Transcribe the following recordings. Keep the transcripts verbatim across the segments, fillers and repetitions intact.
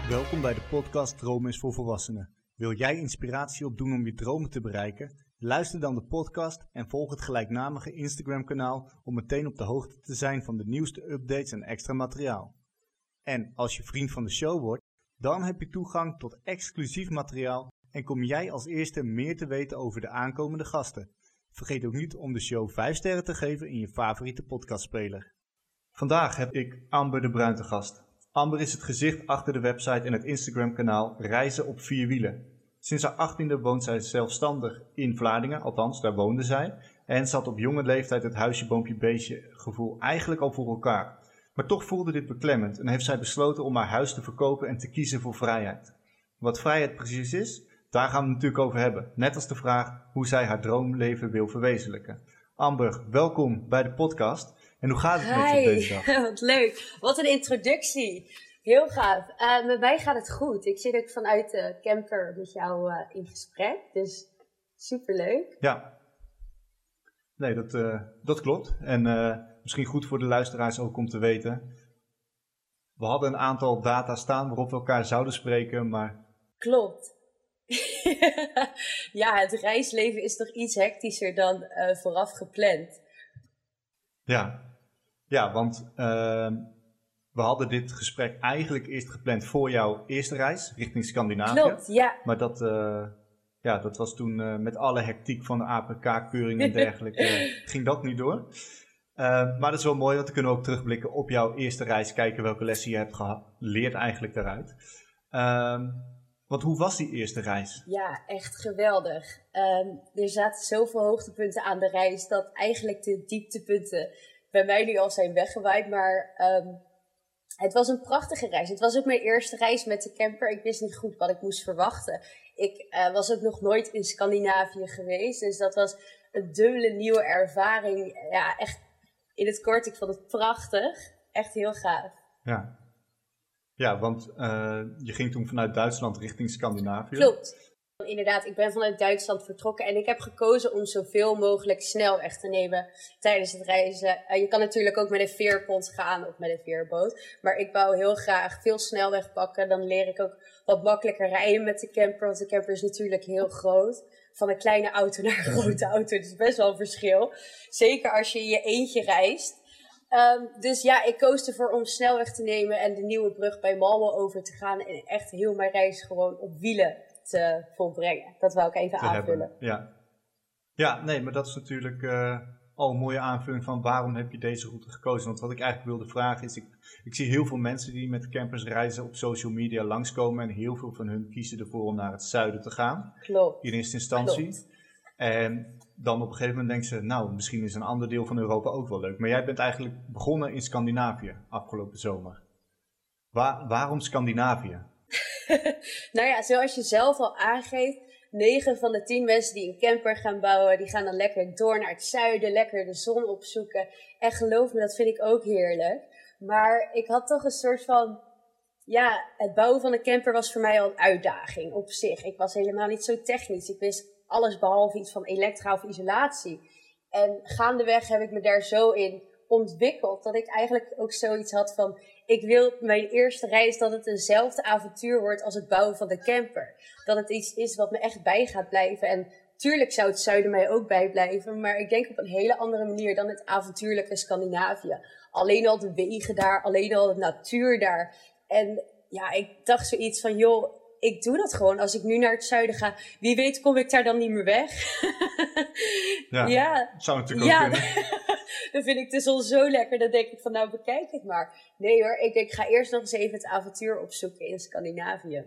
Welkom bij de podcast Dromen is voor Volwassenen. Wil jij inspiratie opdoen om je dromen te bereiken? Luister dan de podcast en volg het gelijknamige Instagram kanaal om meteen op de hoogte te zijn van de nieuwste updates en extra materiaal. En als je vriend van de show wordt, dan heb je toegang tot exclusief materiaal en kom jij als eerste meer te weten over de aankomende gasten. Vergeet ook niet om de show vijf sterren te geven in je favoriete podcastspeler. Vandaag heb ik Amber de Bruin te gast. Amber is het gezicht achter de website en het Instagram kanaal Reizen op vier wielen. Sinds haar achttiende woont zij zelfstandig in Vlaardingen, althans daar woonde zij. En ze had op jonge leeftijd het huisje, boompje, beestje gevoel eigenlijk al voor elkaar. Maar toch voelde dit beklemmend en heeft zij besloten om haar huis te verkopen en te kiezen voor vrijheid. Wat vrijheid precies is, daar gaan we het natuurlijk over hebben. Net als de vraag hoe zij haar droomleven wil verwezenlijken. Amber, welkom bij de podcast. En hoe gaat het met je op deze dag? Wat leuk. Wat een introductie. Heel gaaf. Uh, met mij gaat het goed. Ik zit ook vanuit de camper met jou uh, in gesprek. Dus superleuk. Ja. Nee, dat, uh, dat klopt. En uh, misschien goed voor de luisteraars ook om te weten. We hadden een aantal data staan waarop we elkaar zouden spreken, maar... Klopt. Ja, het reisleven is toch iets hectischer dan uh, vooraf gepland. Ja, ja want uh, we hadden dit gesprek eigenlijk eerst gepland voor jouw eerste reis richting Scandinavië. Klopt, ja. Maar dat, uh, ja, dat was toen uh, met alle hectiek van de A P K-keuring en dergelijke, uh, ging dat niet door. Uh, maar dat is wel mooi, want dan kunnen we ook terugblikken op jouw eerste reis, kijken welke lessen je hebt geleerd eigenlijk daaruit. Uh, Want hoe was die eerste reis? Ja, echt geweldig. Um, er zaten zoveel hoogtepunten aan de reis dat eigenlijk de dieptepunten bij mij nu al zijn weggewaaid. Maar um, het was een prachtige reis. Het was ook mijn eerste reis met de camper. Ik wist niet goed wat ik moest verwachten. Ik uh, was ook nog nooit in Scandinavië geweest. Dus dat was een dubbele nieuwe ervaring. Ja, echt in het kort, ik vond het prachtig. Echt heel gaaf. Ja. Ja, want uh, je ging toen vanuit Duitsland richting Scandinavië. Klopt. Inderdaad, ik ben vanuit Duitsland vertrokken en ik heb gekozen om zoveel mogelijk snelweg te nemen tijdens het reizen. Uh, je kan natuurlijk ook met een veerpont gaan of met een veerboot. Maar ik wou heel graag veel snelweg pakken. Dan leer ik ook wat makkelijker rijden met de camper, want de camper is natuurlijk heel groot. Van een kleine auto naar een grote auto, dat is best wel een verschil. Zeker als je in je eentje reist. Um, dus ja, ik koos ervoor om snelweg te nemen en de nieuwe brug bij Malmö over te gaan. En echt heel mijn reis gewoon op wielen te volbrengen. Dat wou ik even aanvullen. Hebben. Ja. ja, nee, maar dat is natuurlijk uh, al een mooie aanvulling van waarom heb je deze route gekozen. Want wat ik eigenlijk wilde vragen is, ik, ik zie heel veel mensen die met campers reizen op social media langskomen. En heel veel van hun kiezen ervoor om naar het zuiden te gaan. Klopt. In eerste instantie. Klopt. En dan op een gegeven moment denken ze, nou, misschien is een ander deel van Europa ook wel leuk. Maar jij bent eigenlijk begonnen in Scandinavië afgelopen zomer. Waar, waarom Scandinavië? Nou ja, zoals je zelf al aangeeft, negen van de tien mensen die een camper gaan bouwen, die gaan dan lekker door naar het zuiden, lekker de zon opzoeken. En geloof me, dat vind ik ook heerlijk. Maar ik had toch een soort van, ja, het bouwen van een camper was voor mij al een uitdaging op zich. Ik was helemaal niet zo technisch. Ik wist alles behalve iets van elektra of isolatie. En gaandeweg heb ik me daar zo in ontwikkeld dat ik eigenlijk ook zoiets had van, ik wil mijn eerste reis dat het eenzelfde avontuur wordt als het bouwen van de camper. Dat het iets is wat me echt bij gaat blijven. En tuurlijk zou het zuiden mij ook bijblijven, maar ik denk op een hele andere manier dan het avontuurlijke Scandinavië. Alleen al de wegen daar, alleen al de natuur daar. En ja, ik dacht zoiets van, joh, ik doe dat gewoon. Als ik nu naar het zuiden ga, wie weet kom ik daar dan niet meer weg. ja, ja, zou natuurlijk ja, ook kunnen. Dan vind ik de zon zo lekker. Dan denk ik van, nou bekijk het maar. Nee hoor, ik denk, ik ga eerst nog eens even het avontuur opzoeken in Scandinavië.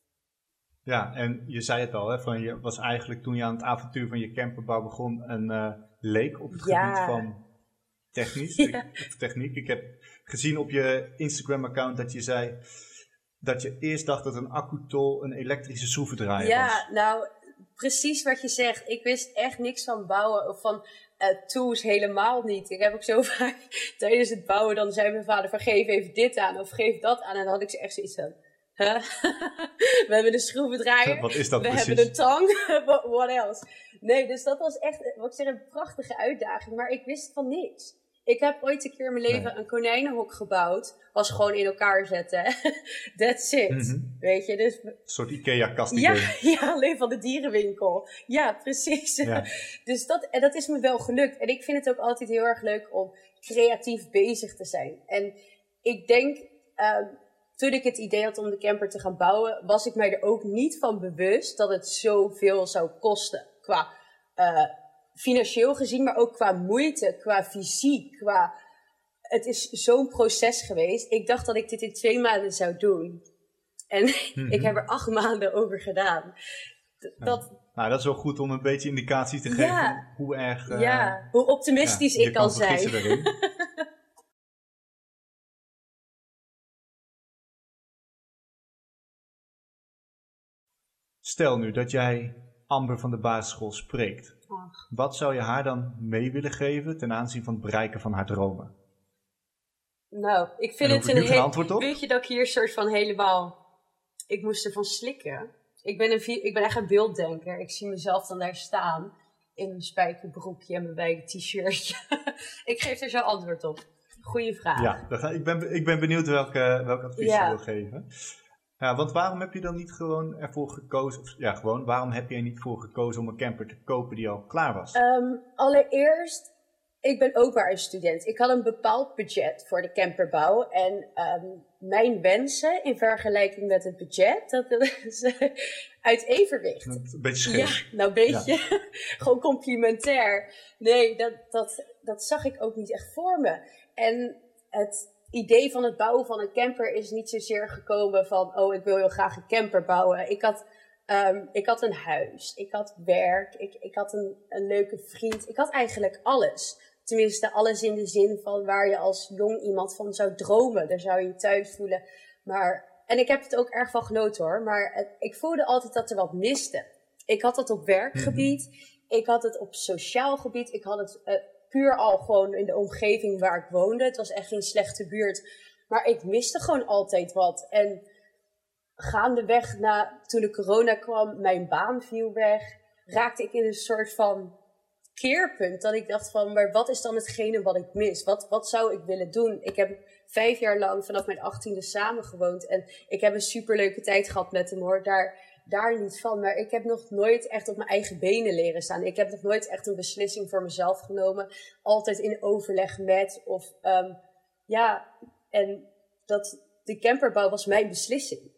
Ja, en je zei het al, hè, van je was eigenlijk toen je aan het avontuur van je camperbouw begon een uh, leek op het ja. gebied van technisch, ja. ik, techniek. Ik heb gezien op je Instagram-account dat je zei dat je eerst dacht dat een accutol een elektrische schroevendraaier ja, was. Ja, nou, precies wat je zegt. Ik wist echt niks van bouwen of van uh, tools helemaal niet. Ik heb ook zo vaak tijdens het bouwen, dan zei mijn vader van geef even dit aan of geef dat aan. En dan had ik ze echt zoiets van, huh? We hebben een schroevendraaier. Wat is dat We precies? hebben een tang. What else? Nee, dus dat was echt, wat ik zeg, een prachtige uitdaging. Maar ik wist van niks. Ik heb ooit een keer in mijn leven Nee. een konijnenhok gebouwd. Was gewoon in elkaar zetten. That's it. Mhm. Weet je, dus... Een soort Ikea-kast. Ja, ja, alleen van de dierenwinkel. Ja, precies. Ja. Dus dat, en dat is me wel gelukt. En ik vind het ook altijd heel erg leuk om creatief bezig te zijn. En ik denk, uh, toen ik het idee had om de camper te gaan bouwen, was ik mij er ook niet van bewust dat het zoveel zou kosten. Qua uh, financieel gezien, maar ook qua moeite, qua fysiek, qua... Het is zo'n proces geweest. Ik dacht dat ik dit in twee maanden zou doen. En mm-hmm. ik heb er acht maanden over gedaan. D- ja. dat... Nou, dat is wel goed om een beetje indicatie te geven ja. hoe erg... Uh, ja, hoe optimistisch ja, ik kan zijn. Stel nu dat jij Amber van de basisschool spreekt. Ach. Wat zou je haar dan mee willen geven ten aanzien van het bereiken van haar dromen? Nou, ik vind het een heel... Weet je dat ik hier soort van helemaal... Ik moest ervan slikken. Ik ben, een, ik ben echt een beelddenker. Ik zie mezelf dan daar staan. In een spijkerbroekje en mijn wijde t-shirtje. Ik geef er zo antwoord op. Goeie vraag. Ja, ga, ik, ben, ik ben benieuwd welke, welk advies ja. je wil geven. Ja, want waarom heb je dan niet gewoon ervoor gekozen... Of, ja, gewoon, waarom heb je er niet voor gekozen om een camper te kopen die al klaar was? Um, allereerst... Ik ben ook maar een student. Ik had een bepaald budget voor de camperbouw. En um, mijn wensen in vergelijking met het budget, dat is uit evenwicht. Een beetje scheef. Ja, nou een beetje. Ja. Gewoon complimentair. Nee, dat, dat, dat zag ik ook niet echt voor me. En het idee van het bouwen van een camper is niet zozeer gekomen van... oh, ik wil heel graag een camper bouwen. Ik had... Um, ik had een huis, ik had werk, ik, ik had een, een leuke vriend. Ik had eigenlijk alles. Tenminste, alles in de zin van waar je als jong iemand van zou dromen. Daar zou je je thuis voelen. Maar, en ik heb het ook erg van genoten hoor. Maar het, ik voelde altijd dat er wat miste. Ik had het op werkgebied. Mm-hmm. Ik had het op sociaal gebied. Ik had het uh, puur al gewoon in de omgeving waar ik woonde. Het was echt geen slechte buurt. Maar ik miste gewoon altijd wat. En... gaandeweg na, toen de corona kwam, mijn baan viel weg, raakte ik in een soort van keerpunt. Dat ik dacht van, maar wat is dan hetgene wat ik mis? Wat, wat zou ik willen doen? Ik heb vijf jaar lang vanaf mijn achttiende samen gewoond. En ik heb een superleuke tijd gehad met hem hoor, daar, daar niet van. Maar ik heb nog nooit echt op mijn eigen benen leren staan. Ik heb nog nooit echt een beslissing voor mezelf genomen. Altijd in overleg met of, um, ja, en dat, de camperbouw was mijn beslissing.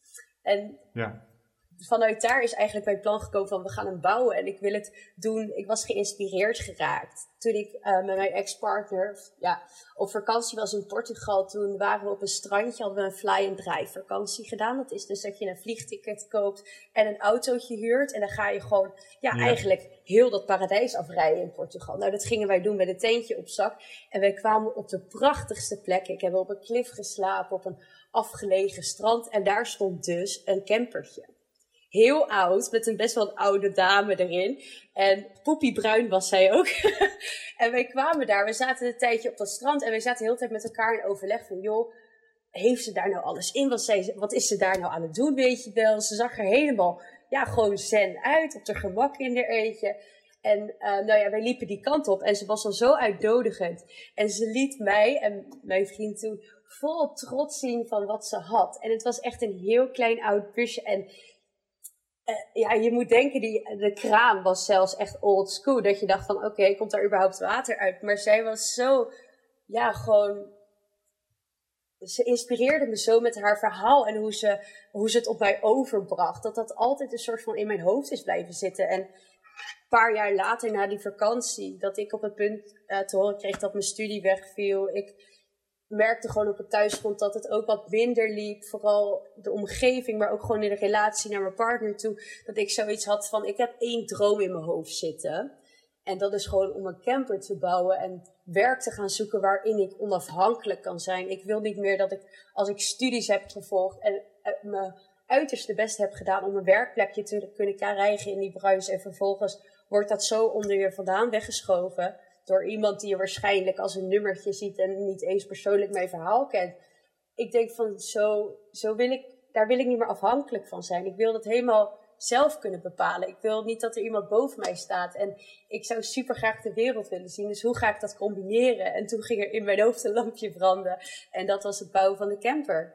En ja. vanuit daar is eigenlijk mijn plan gekomen van we gaan hem bouwen. En ik wil het doen. Ik was geïnspireerd geraakt. Toen ik uh, met mijn ex-partner ja, op vakantie was in Portugal. Toen waren we op een strandje. Hadden we een fly-and-drive vakantie gedaan. Dat is dus dat je een vliegticket koopt en een autootje huurt. En dan ga je gewoon ja, ja. eigenlijk heel dat paradijs afrijden in Portugal. Nou, dat gingen wij doen met een tentje op zak. En wij kwamen op de prachtigste plekken. Ik heb op een klif geslapen, op een afgelegen strand. En daar stond dus een campertje. Heel oud, met een best wel een oude dame erin. En poepiebruin was zij ook. En wij kwamen daar, we zaten een tijdje op dat strand. En wij zaten de hele tijd met elkaar in overleg van... joh, heeft ze daar nou alles in? Wat, zij, wat is ze daar nou aan het doen, weet je wel? Ze zag er helemaal, ja, gewoon zen uit. Op haar gemak in haar eentje. En uh, nou ja, wij liepen die kant op. En ze was dan zo uitnodigend. En ze liet mij en mijn vriend toen vol trots zien van wat ze had. En het was echt een heel klein oud busje. En uh, ja, je moet denken, die, de kraan was zelfs echt old school. Dat je dacht van, oké, okay, komt daar überhaupt water uit? Maar zij was zo, ja, gewoon... Ze inspireerde me zo met haar verhaal en hoe ze, hoe ze het op mij overbracht. Dat dat altijd een soort van in mijn hoofd is blijven zitten. En een paar jaar later, na die vakantie, dat ik op het punt uh, te horen kreeg dat mijn studie wegviel. Ik merkte gewoon op het thuisfront dat het ook wat minder liep. Vooral de omgeving, maar ook gewoon in de relatie naar mijn partner toe. Dat ik zoiets had van, ik heb één droom in mijn hoofd zitten. En dat is gewoon om een camper te bouwen en werk te gaan zoeken waarin ik onafhankelijk kan zijn. Ik wil niet meer dat ik, als ik studies heb gevolgd en mijn uiterste best heb gedaan om een werkplekje te kunnen krijgen in die branche. En vervolgens wordt dat zo onder je vandaan weggeschoven door iemand die je waarschijnlijk als een nummertje ziet en niet eens persoonlijk mijn verhaal kent. Ik denk van, zo, zo wil ik, daar wil ik niet meer afhankelijk van zijn. Ik wil dat helemaal zelf kunnen bepalen. Ik wil niet dat er iemand boven mij staat. En ik zou super graag de wereld willen zien. Dus hoe ga ik dat combineren? En toen ging er in mijn hoofd een lampje branden. En dat was het bouwen van de camper.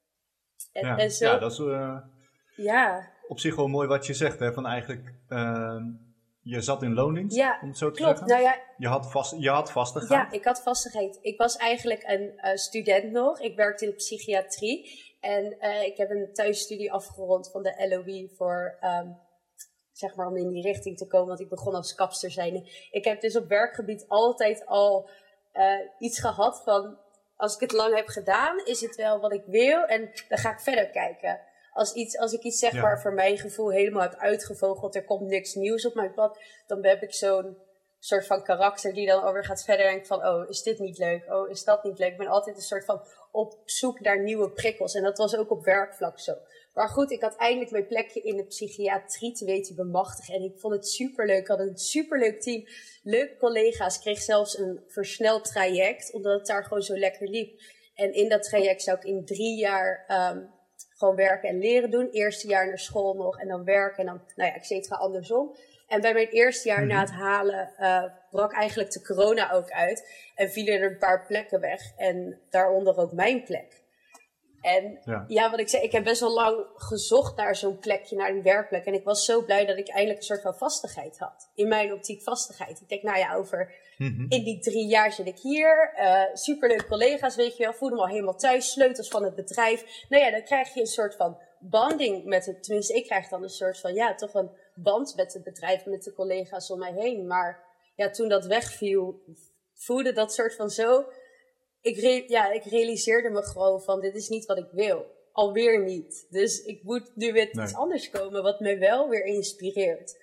En, ja. en zo, ja, dat is uh, ja. op zich wel mooi wat je zegt. Hè? Van eigenlijk, uh, je zat in loondienst, ja, om het zo te klopt. zeggen. Nou ja, je, had vast, je had vastigheid. Ja, ik had vastigheid. Ik was eigenlijk een uh, student nog. Ik werkte in de psychiatrie. En uh, ik heb een thuisstudie afgerond van de L O I voor, um, zeg maar, om in die richting te komen. Want ik begon als kapster zijn. Ik heb dus op werkgebied altijd al uh, iets gehad van, als ik het lang heb gedaan, is het wel wat ik wil. En dan ga ik verder kijken. Als, iets, als ik iets zeg ja. waar voor mijn gevoel helemaal heb uitgevogeld, er komt niks nieuws op mijn pad, dan heb ik zo'n soort van karakter die dan over gaat verder denken van, oh, is dit niet leuk? Oh, is dat niet leuk? Ik ben altijd een soort van op zoek naar nieuwe prikkels. En dat was ook op werkvlak zo. Maar goed, ik had eindelijk mijn plekje in de psychiatrie te weten bemachtigen. En ik vond het superleuk. Ik had een superleuk team. Leuke collega's. Ik kreeg zelfs een versneld traject, omdat het daar gewoon zo lekker liep. En in dat traject zou ik in drie jaar um, gewoon werken en leren doen. Eerste jaar naar school nog en dan werken en dan, nou ja, et cetera, andersom. En bij mijn eerste jaar mm-hmm. na het halen uh, brak eigenlijk de corona ook uit. En vielen er een paar plekken weg. En daaronder ook mijn plek. En ja. ja, wat ik zei, ik heb best wel lang gezocht naar zo'n plekje, naar een werkplek. En ik was zo blij dat ik eindelijk een soort van vastigheid had. In mijn optiek vastigheid. Ik denk, nou ja, over mm-hmm. in die drie jaar zit ik hier. Uh, superleuke collega's, weet je wel. Voelde me al helemaal thuis. Sleutels van het bedrijf. Nou ja, dan krijg je een soort van banding met het. Tenminste, ik krijg dan een soort van, ja, toch een band met het bedrijf, met de collega's om mij heen. Maar ja, toen dat wegviel, voelde dat soort van zo. Ik, re- ja, ik realiseerde me gewoon van, dit is niet wat ik wil. Alweer niet. Dus ik moet nu weer nee. iets anders komen wat mij wel weer inspireert.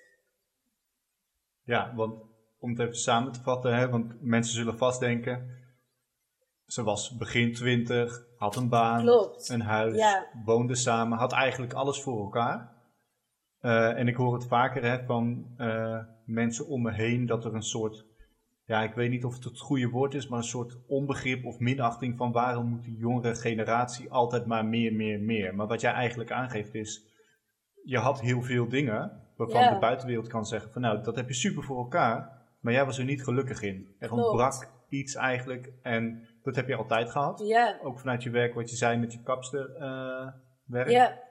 Ja, want om het even samen te vatten, hè, want mensen zullen vastdenken, ze was begin twintig, had een baan, Klopt. een huis, ja. woonde samen, had eigenlijk alles voor elkaar. Uh, en ik hoor het vaker hè, van uh, mensen om me heen dat er een soort, ja, ik weet niet of het het goede woord is, maar een soort onbegrip of minachting van waarom moet die jongere generatie altijd maar meer, meer, meer. Maar wat jij eigenlijk aangeeft is, je had heel veel dingen waarvan yeah. de buitenwereld kan zeggen van nou, dat heb je super voor elkaar, maar jij was er niet gelukkig in. Er Klopt. ontbrak iets eigenlijk en dat heb je altijd gehad. Yeah. Ook vanuit je werk, wat je zei met je kapster uh, werk. Ja. Yeah.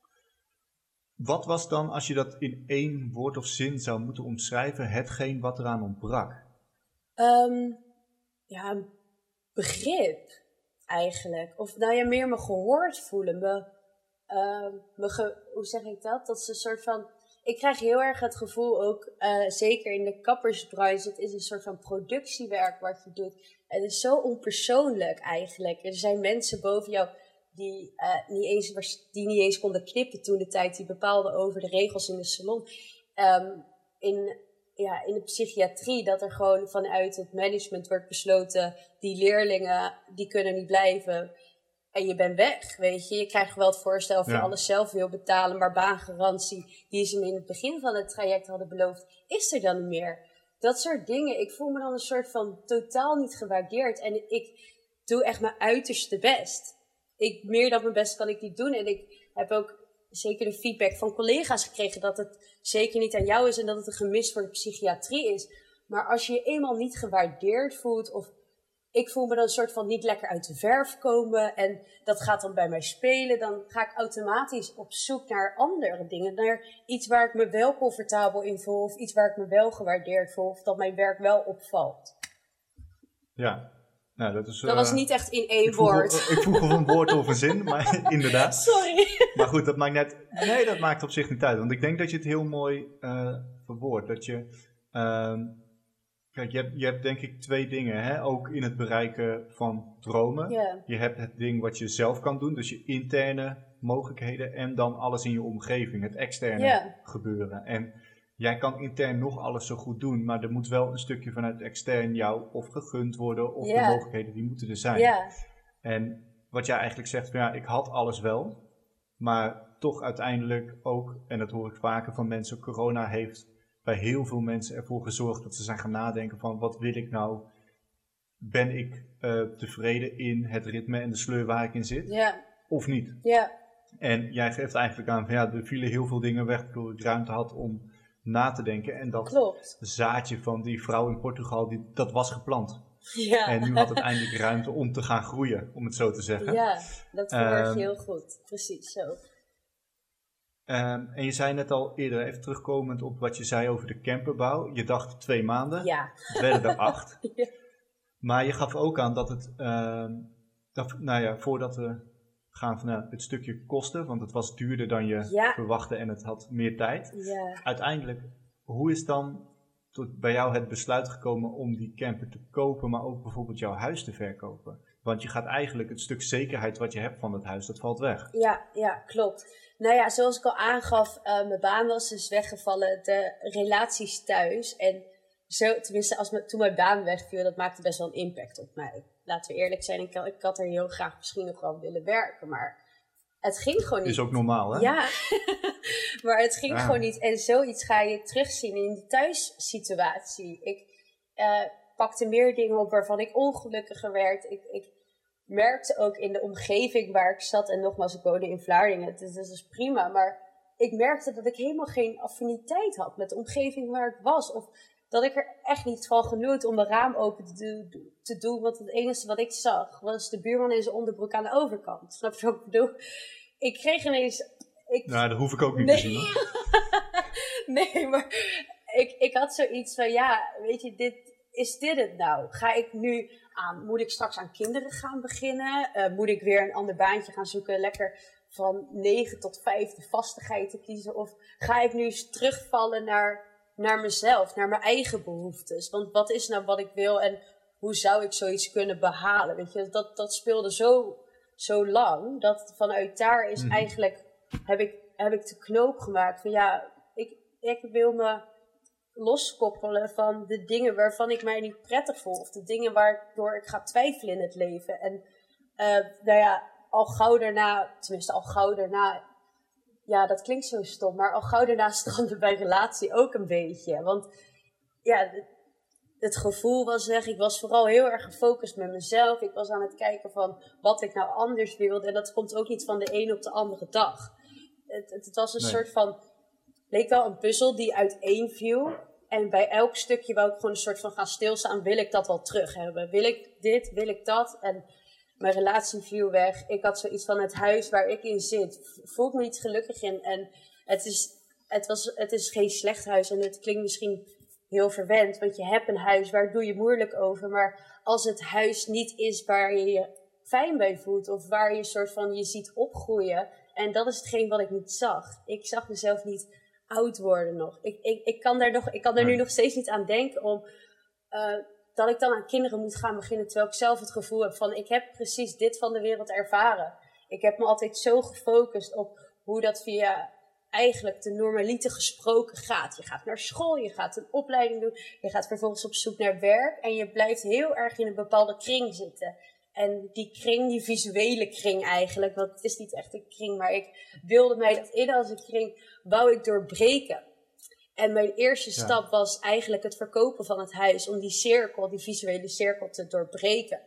Wat was dan, als je dat in één woord of zin zou moeten omschrijven, hetgeen wat eraan ontbrak? Um, ja, begrip eigenlijk. Of nou ja, meer me gehoord voelen. Me, uh, me ge, hoe zeg ik dat? Dat is een soort van. Ik krijg heel erg het gevoel ook, uh, zeker in de kappersbranche, het is een soort van productiewerk wat je doet. Het is zo onpersoonlijk eigenlijk. Er zijn mensen boven jou die, uh, niet eens, die niet eens konden knippen toen de tijd, die bepaalden over de regels in de salon. Um, in, ja, in de psychiatrie, dat er gewoon vanuit het management wordt besloten, die leerlingen, die kunnen niet blijven. En je bent weg, weet je. Je krijgt wel het voorstel of je ja. alles zelf wil betalen, maar baangarantie, die ze me in het begin van het traject hadden beloofd, is er dan niet meer. Dat soort dingen. Ik voel me dan een soort van totaal niet gewaardeerd. En ik doe echt mijn uiterste best. Ik, meer dan mijn best kan ik niet doen. En ik heb ook zeker de feedback van collega's gekregen dat het zeker niet aan jou is en dat het een gemis voor de psychiatrie is. Maar als je je eenmaal niet gewaardeerd voelt, of ik voel me dan een soort van niet lekker uit de verf komen en dat gaat dan bij mij spelen, dan ga ik automatisch op zoek naar andere dingen. Naar iets waar ik me wel comfortabel in voel, of iets waar ik me wel gewaardeerd voel, of dat mijn werk wel opvalt. Ja. Nou, dat is, dat uh, was niet echt in één ik woord. Vroeg, ik vroeg of een woord of een zin, maar inderdaad. Sorry. Maar goed, dat maakt net. Nee, dat maakt op zich niet uit. Want ik denk dat je het heel mooi uh, verwoordt. Dat je. Uh, kijk, je hebt, je hebt denk ik twee dingen. Hè? Ook in het bereiken van dromen. Yeah. Je hebt het ding wat je zelf kan doen. Dus je interne mogelijkheden. En dan alles in je omgeving. Het externe yeah. gebeuren. En jij kan intern nog alles zo goed doen, maar er moet wel een stukje vanuit extern jou of gegund worden, of yeah. de mogelijkheden die moeten er zijn. Yeah. En wat jij eigenlijk zegt, van ja, ik had alles wel, maar toch uiteindelijk ook, en dat hoor ik vaker van mensen, corona heeft bij heel veel mensen ervoor gezorgd dat ze zijn gaan nadenken van, wat wil ik nou? Ben ik uh, tevreden in het ritme en de sleur waar ik in zit? Yeah. Of niet? Yeah. En jij geeft eigenlijk aan van ja, er vielen heel veel dingen weg waardoor ik ruimte had om na te denken. En dat Klopt. zaadje van die vrouw in Portugal, die, dat was geplant. Ja. En nu had het eindelijk ruimte om te gaan groeien, om het zo te zeggen. Ja, dat verwoord je Um, heel goed. Precies zo. Um, en je zei net al eerder, even terugkomend op wat je zei over de camperbouw. Je dacht twee maanden, Ja. het werden er acht. Ja. Maar je gaf ook aan dat het, um, dat, nou ja, voordat we gaan vanuit het stukje kosten, want het was duurder dan je Ja. verwachtte en het had meer tijd. Ja. Uiteindelijk, hoe is dan tot bij jou het besluit gekomen om die camper te kopen, maar ook bijvoorbeeld jouw huis te verkopen? Want je gaat eigenlijk het stuk zekerheid wat je hebt van het huis, dat valt weg. Ja, ja, klopt. Nou ja, zoals ik al aangaf, uh, mijn baan was dus weggevallen, de relaties thuis. En zo, tenminste, als me, toen mijn baan wegviel, dat maakte best wel een impact op mij. Laten we eerlijk zijn, ik, ik had er heel graag misschien nog wel willen werken, maar het ging gewoon niet. Is ook normaal, hè? Ja, maar het ging Ja. gewoon niet. En zoiets ga je terugzien in de thuissituatie. Ik uh, pakte meer dingen op waarvan ik ongelukkiger werd. Ik, ik merkte ook in de omgeving waar ik zat, en nogmaals, ik woonde in Vlaardingen, dus dat is prima, maar ik merkte dat ik helemaal geen affiniteit had met de omgeving waar ik was. Of dat ik er echt niet van genoot om mijn raam open te, do- te doen, want het enige wat ik zag was de buurman in zijn onderbroek aan de overkant. Snap je wat ik bedoel? Ik kreeg ineens... Ik... Nou, dat hoef ik ook niet nee. te zien, hoor. Nee, maar ik, ik had zoiets van, ja, weet je, dit, is dit het nou? Ga ik nu aan, moet ik straks aan kinderen gaan beginnen? Uh, moet ik weer een ander baantje gaan zoeken, lekker van negen tot vijf de vastigheid te kiezen? Of ga ik nu eens terugvallen naar, naar mezelf, naar mijn eigen behoeftes? Want wat is nou wat ik wil en hoe zou ik zoiets kunnen behalen? Weet je, dat, dat speelde zo, zo lang, dat vanuit daar is Mm-hmm. eigenlijk, heb ik, heb ik de knoop gemaakt van ja, ik, ik wil me loskoppelen van de dingen waarvan ik mij niet prettig voel. Of de dingen waardoor ik ga twijfelen in het leven. En uh, nou ja, al gauw daarna, tenminste al gauw daarna, ja, dat klinkt zo stom, maar al gauw daarna strandde bij relatie ook een beetje. Want ja, het, het gevoel was weg. Ik was vooral heel erg gefocust met mezelf. Ik was aan het kijken van wat ik nou anders wilde. En dat komt ook niet van de een op de andere dag. Het, het, het was een Nee. soort van, leek wel een puzzel die uiteenviel. En bij elk stukje wou ik gewoon een soort van gaan stilstaan. Wil ik dat wel terug hebben? Wil ik dit? Wil ik dat? En mijn relatie viel weg. Ik had zoiets van, het huis waar ik in zit, voel ik me niet gelukkig in. En het is, het was, het is geen slecht huis. En het klinkt misschien heel verwend. Want je hebt een huis, waar doe je moeilijk over. Maar als het huis niet is waar je je fijn bij voelt. Of waar je een soort van je ziet opgroeien. En dat is hetgeen wat ik niet zag. Ik zag mezelf niet oud worden nog. Ik, ik, ik kan daar, nog, ik kan daar nu nog steeds niet aan denken om uh, dat ik dan aan kinderen moet gaan beginnen, terwijl ik zelf het gevoel heb van ik heb precies dit van de wereld ervaren. Ik heb me altijd zo gefocust op hoe dat via eigenlijk de normalite gesproken gaat. Je gaat naar school, je gaat een opleiding doen, je gaat vervolgens op zoek naar werk en je blijft heel erg in een bepaalde kring zitten. En die kring, die visuele kring eigenlijk, want het is niet echt een kring, maar ik wilde mij dat in als een kring, wou ik doorbreken. En mijn eerste Ja. stap was eigenlijk het verkopen van het huis, om die cirkel, die visuele cirkel te doorbreken.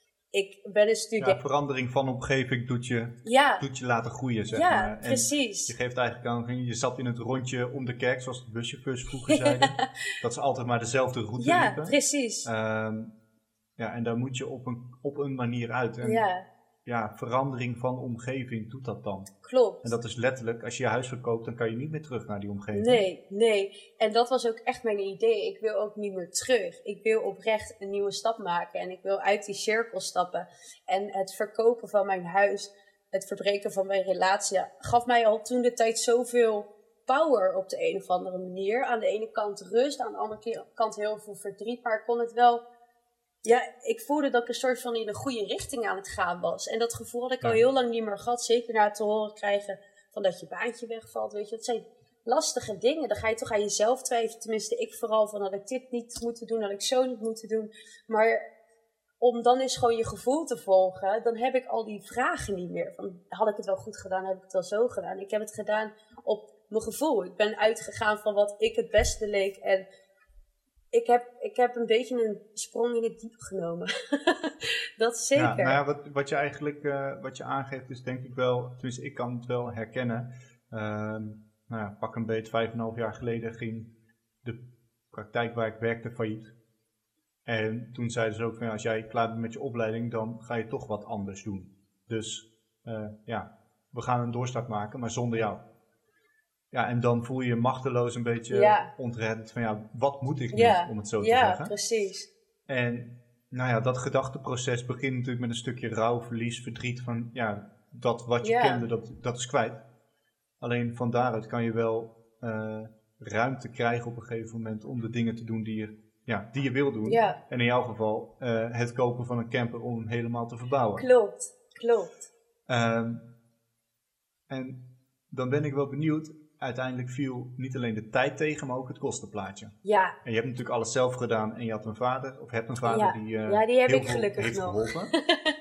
Ik ben een student. Ja, verandering van omgeving doet je, Ja, doet je laten groeien, zeg ja, maar. En precies. je geeft eigenlijk aan, je zat in het rondje om de kerk, zoals de buschauffeurs vroeger zeiden. Dat ze altijd maar dezelfde route Ja, liepen. precies. Um, ja, en daar moet je op een, op een manier uit. En Ja, ja, verandering van omgeving doet dat dan. klopt. En dat is letterlijk, als je je huis verkoopt, dan kan je niet meer terug naar die omgeving. Nee, nee. En dat was ook echt mijn idee. Ik wil ook niet meer terug. Ik wil oprecht een nieuwe stap maken. En ik wil uit die cirkel stappen. En het verkopen van mijn huis, het verbreken van mijn relatie, gaf mij al toen de tijd zoveel power op de een of andere manier. Aan de ene kant rust, aan de andere kant heel veel verdriet. Maar ik kon het wel... Ja, ik voelde dat ik een soort van in de goede richting aan het gaan was. En dat gevoel had ik al Ja. heel lang niet meer gehad. Zeker na het te horen krijgen van dat je baantje wegvalt. Weet je, dat zijn lastige dingen. Dan ga je toch aan jezelf twijfelen. Tenminste, ik vooral van dat ik dit niet moeten doen, dat ik zo niet moeten doen. Maar om dan eens gewoon je gevoel te volgen, dan heb ik al die vragen niet meer. Van, had ik het wel goed gedaan? Heb ik het wel zo gedaan? Ik heb het gedaan op mijn gevoel. Ik ben uitgegaan van wat ik het beste leek. En ik heb, ik heb een beetje een sprong in het diepe genomen. Dat zeker. Ja, nou ja, wat, wat je eigenlijk uh, wat je aangeeft is denk ik wel, tenminste ik kan het wel herkennen. Uh, nou ja, pak een beetje vijf en een half jaar geleden ging de praktijk waar ik werkte failliet. En toen zeiden ze ook van ja, als jij klaar bent met je opleiding, dan ga je toch wat anders doen. Dus uh, ja, we gaan een doorstart maken, maar zonder jou. Ja, en dan voel je je machteloos een beetje ja. ontreddend van ja, wat moet ik nu, ja. om het zo te ja, zeggen. Ja, precies. En nou ja, dat gedachteproces begint natuurlijk met een stukje rouw, verlies, verdriet van ja, dat wat je ja. kende, dat, dat is kwijt. Alleen van daaruit kan je wel uh, ruimte krijgen op een gegeven moment om de dingen te doen die je, ja, die je wil doen. Ja. En in jouw geval uh, het kopen van een camper om hem helemaal te verbouwen. Klopt, klopt. Um, en dan ben ik wel benieuwd. Uiteindelijk viel niet alleen de tijd tegen, maar ook het kostenplaatje. Ja. En je hebt natuurlijk alles zelf gedaan en je had een vader, of hebt een vader ja. die uh, ja, die heb heel ik veel gelukkig heeft nog. geholpen.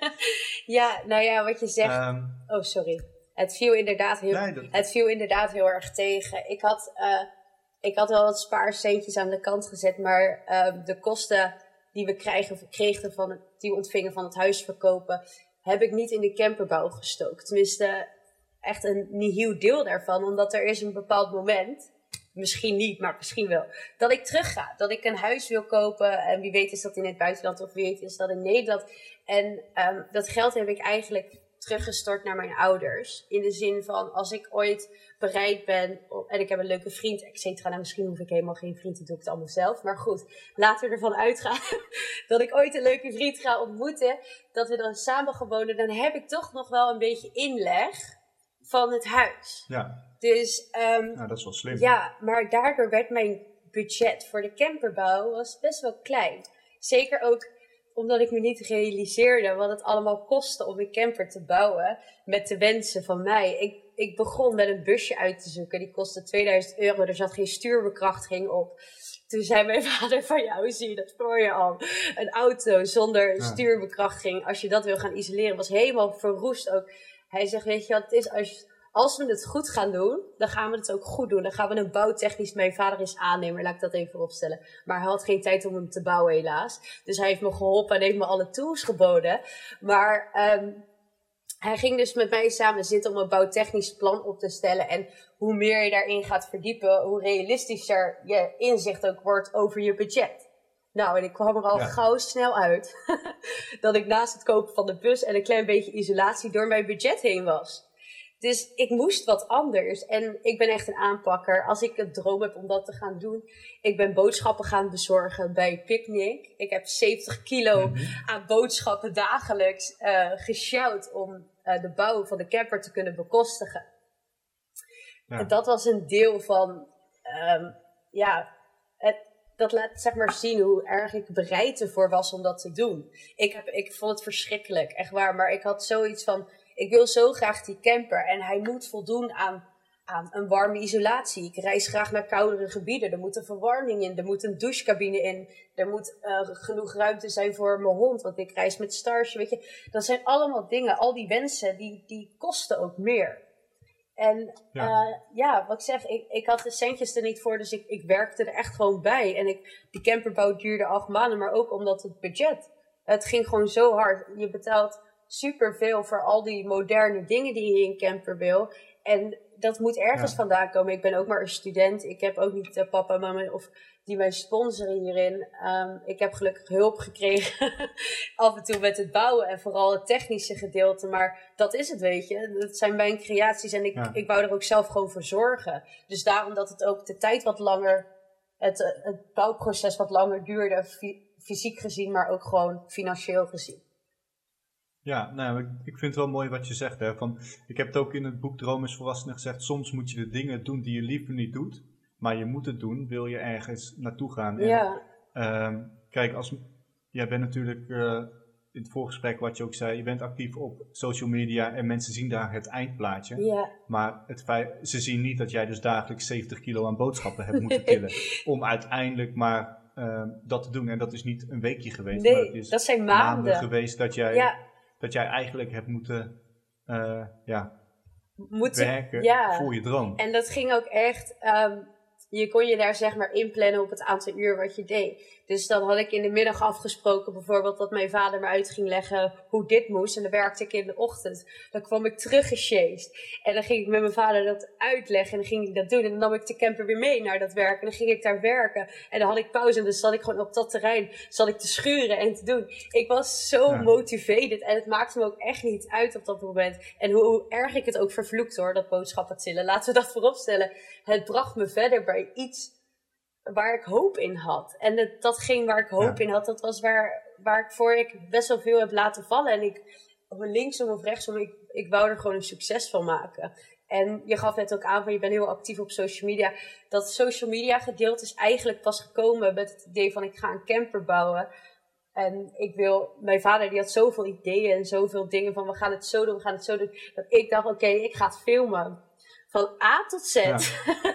Ja, nou ja, wat je zegt. Um, oh, sorry. Het viel inderdaad heel, nee, dat... het viel inderdaad heel erg tegen. Ik had, uh, ik had wel wat spaarcentjes aan de kant gezet, maar uh, de kosten die we krijgen, kregen van het, die we ontvingen van het huis verkopen, heb ik niet in de camperbouw gestoken. Tenminste, echt een nihil deel daarvan, omdat er is een bepaald moment, misschien niet, maar misschien wel, dat ik terug ga. Dat ik een huis wil kopen en wie weet is dat in het buitenland of wie weet is dat in Nederland. En um, dat geld heb ik eigenlijk teruggestort naar mijn ouders. In de zin van, als ik ooit bereid ben, en ik heb een leuke vriend, et cetera. Nou, misschien hoef ik helemaal geen vriend, dat doe ik het allemaal zelf. Maar goed, laten we ervan uitgaan dat ik ooit een leuke vriend ga ontmoeten, dat we dan samen gaan wonen, dan heb ik toch nog wel een beetje inleg van het huis. Ja. Dus, um, nou, dat is wel slim. Ja, maar daardoor werd mijn budget voor de camperbouw was best wel klein. Zeker ook omdat ik me niet realiseerde wat het allemaal kostte om een camper te bouwen met de wensen van mij. Ik, ik begon met een busje uit te zoeken. Die kostte tweeduizend euro, er zat geen stuurbekrachtiging op. Toen zei mijn vader van ja, hoe zie je dat voor je al? Een auto zonder ja. stuurbekrachtiging, als je dat wil gaan isoleren, was helemaal verroest ook. Hij zegt, weet je wat het is, als je... Als we het goed gaan doen, dan gaan we het ook goed doen. Dan gaan we een bouwtechnisch... Mijn vader is aannemer, laat ik dat even opstellen. Maar hij had geen tijd om hem te bouwen, helaas. Dus hij heeft me geholpen en heeft me alle tools geboden. Maar um, hij ging dus met mij samen zitten om een bouwtechnisch plan op te stellen. En hoe meer je daarin gaat verdiepen, hoe realistischer je inzicht ook wordt over je budget. Nou, en ik kwam er al ja. gauw snel uit dat ik naast het kopen van de bus en een klein beetje isolatie door mijn budget heen was. Dus ik moest wat anders. En ik ben echt een aanpakker. Als ik een droom heb om dat te gaan doen. Ik ben boodschappen gaan bezorgen bij Picnic. Ik heb zeventig kilo mm-hmm. aan boodschappen dagelijks uh, gesjouwd om uh, de bouw van de camper te kunnen bekostigen. Ja. En dat was een deel van... Um, ja, het, dat laat zeg maar zien hoe erg ik bereid ervoor was om dat te doen. Ik, heb, ik vond het verschrikkelijk, echt waar. Maar ik had zoiets van... Ik wil zo graag die camper en hij moet voldoen aan, aan een warme isolatie. Ik reis graag naar koudere gebieden. Er moet een verwarming in, er moet een douchecabine in. Er moet uh, genoeg ruimte zijn voor mijn hond, want ik reis met Starship. Weet je, dat zijn allemaal dingen, al die wensen, die, die kosten ook meer. En ja, uh, ja wat ik zeg, ik, ik had de centjes er niet voor, dus ik, ik werkte er echt gewoon bij. En ik, die camperbouw duurde acht maanden, maar ook omdat het budget. Het ging gewoon zo hard. Je betaalt superveel voor al die moderne dingen die je in camper wil. En dat moet ergens ja. vandaan komen. Ik ben ook maar een student. Ik heb ook niet uh, papa en mama of die mij sponsoren hierin. Um, ik heb gelukkig hulp gekregen af en toe met het bouwen en vooral het technische gedeelte. Maar dat is het, weet je. Dat zijn mijn creaties en ik, ja. ik wou er ook zelf gewoon voor zorgen. Dus daarom dat het ook de tijd wat langer, het, het bouwproces wat langer duurde, fysiek gezien, maar ook gewoon financieel gezien. Ja, nou, ik, ik vind het wel mooi wat je zegt. Hè, van, ik heb het ook in het boek Droom is Volwassenen gezegd. Soms moet je de dingen doen die je liever niet doet. Maar je moet het doen, wil je ergens naartoe gaan. En, ja. Um, kijk, als, jij bent natuurlijk, uh, in het voorgesprek wat je ook zei, je bent actief op social media en mensen zien daar het eindplaatje. Ja. Maar het feit, ze zien niet dat jij dus dagelijks zeventig kilo aan boodschappen hebt moeten tillen. Om uiteindelijk maar uh, dat te doen. En dat is niet een weekje geweest. Nee, maar het is dat zijn maanden. maanden geweest dat jij... Ja. Dat jij eigenlijk hebt moeten uh, ja, moeten, werken ja. voor je droom. En dat ging ook echt... Um, je kon je daar zeg maar inplannen op het aantal uur wat je deed. Dus dan had ik in de middag afgesproken bijvoorbeeld dat mijn vader me uit ging leggen hoe dit moest. En dan werkte ik in de ochtend. Dan kwam ik teruggesjeest. En dan ging ik met mijn vader dat uitleggen en dan ging ik dat doen. En dan nam ik de camper weer mee naar dat werk. En dan ging ik daar werken. En dan had ik pauze en dan zat ik gewoon op dat terrein zat ik te schuren en te doen. Ik was zo ja. motivated en het maakte me ook echt niet uit op dat moment. En hoe, hoe erg ik het ook vervloekt hoor, dat boodschappen tillen. Laten we dat voorop stellen. Het bracht me verder bij iets waar ik hoop in had. En het, datgene waar ik hoop ja. in had, dat was waar, waar ik voor ik best wel veel heb laten vallen. En ik, linksom of rechtsom, ik, ik wou er gewoon een succes van maken. En je gaf net ook aan van je bent heel actief op social media. Dat social media gedeelte is eigenlijk pas gekomen met het idee van ik ga een camper bouwen. En ik wil, mijn vader die had zoveel ideeën en zoveel dingen van we gaan het zo doen, we gaan het zo doen. Dat ik dacht oké, okay, ik ga het filmen. Van A tot Z. Ja.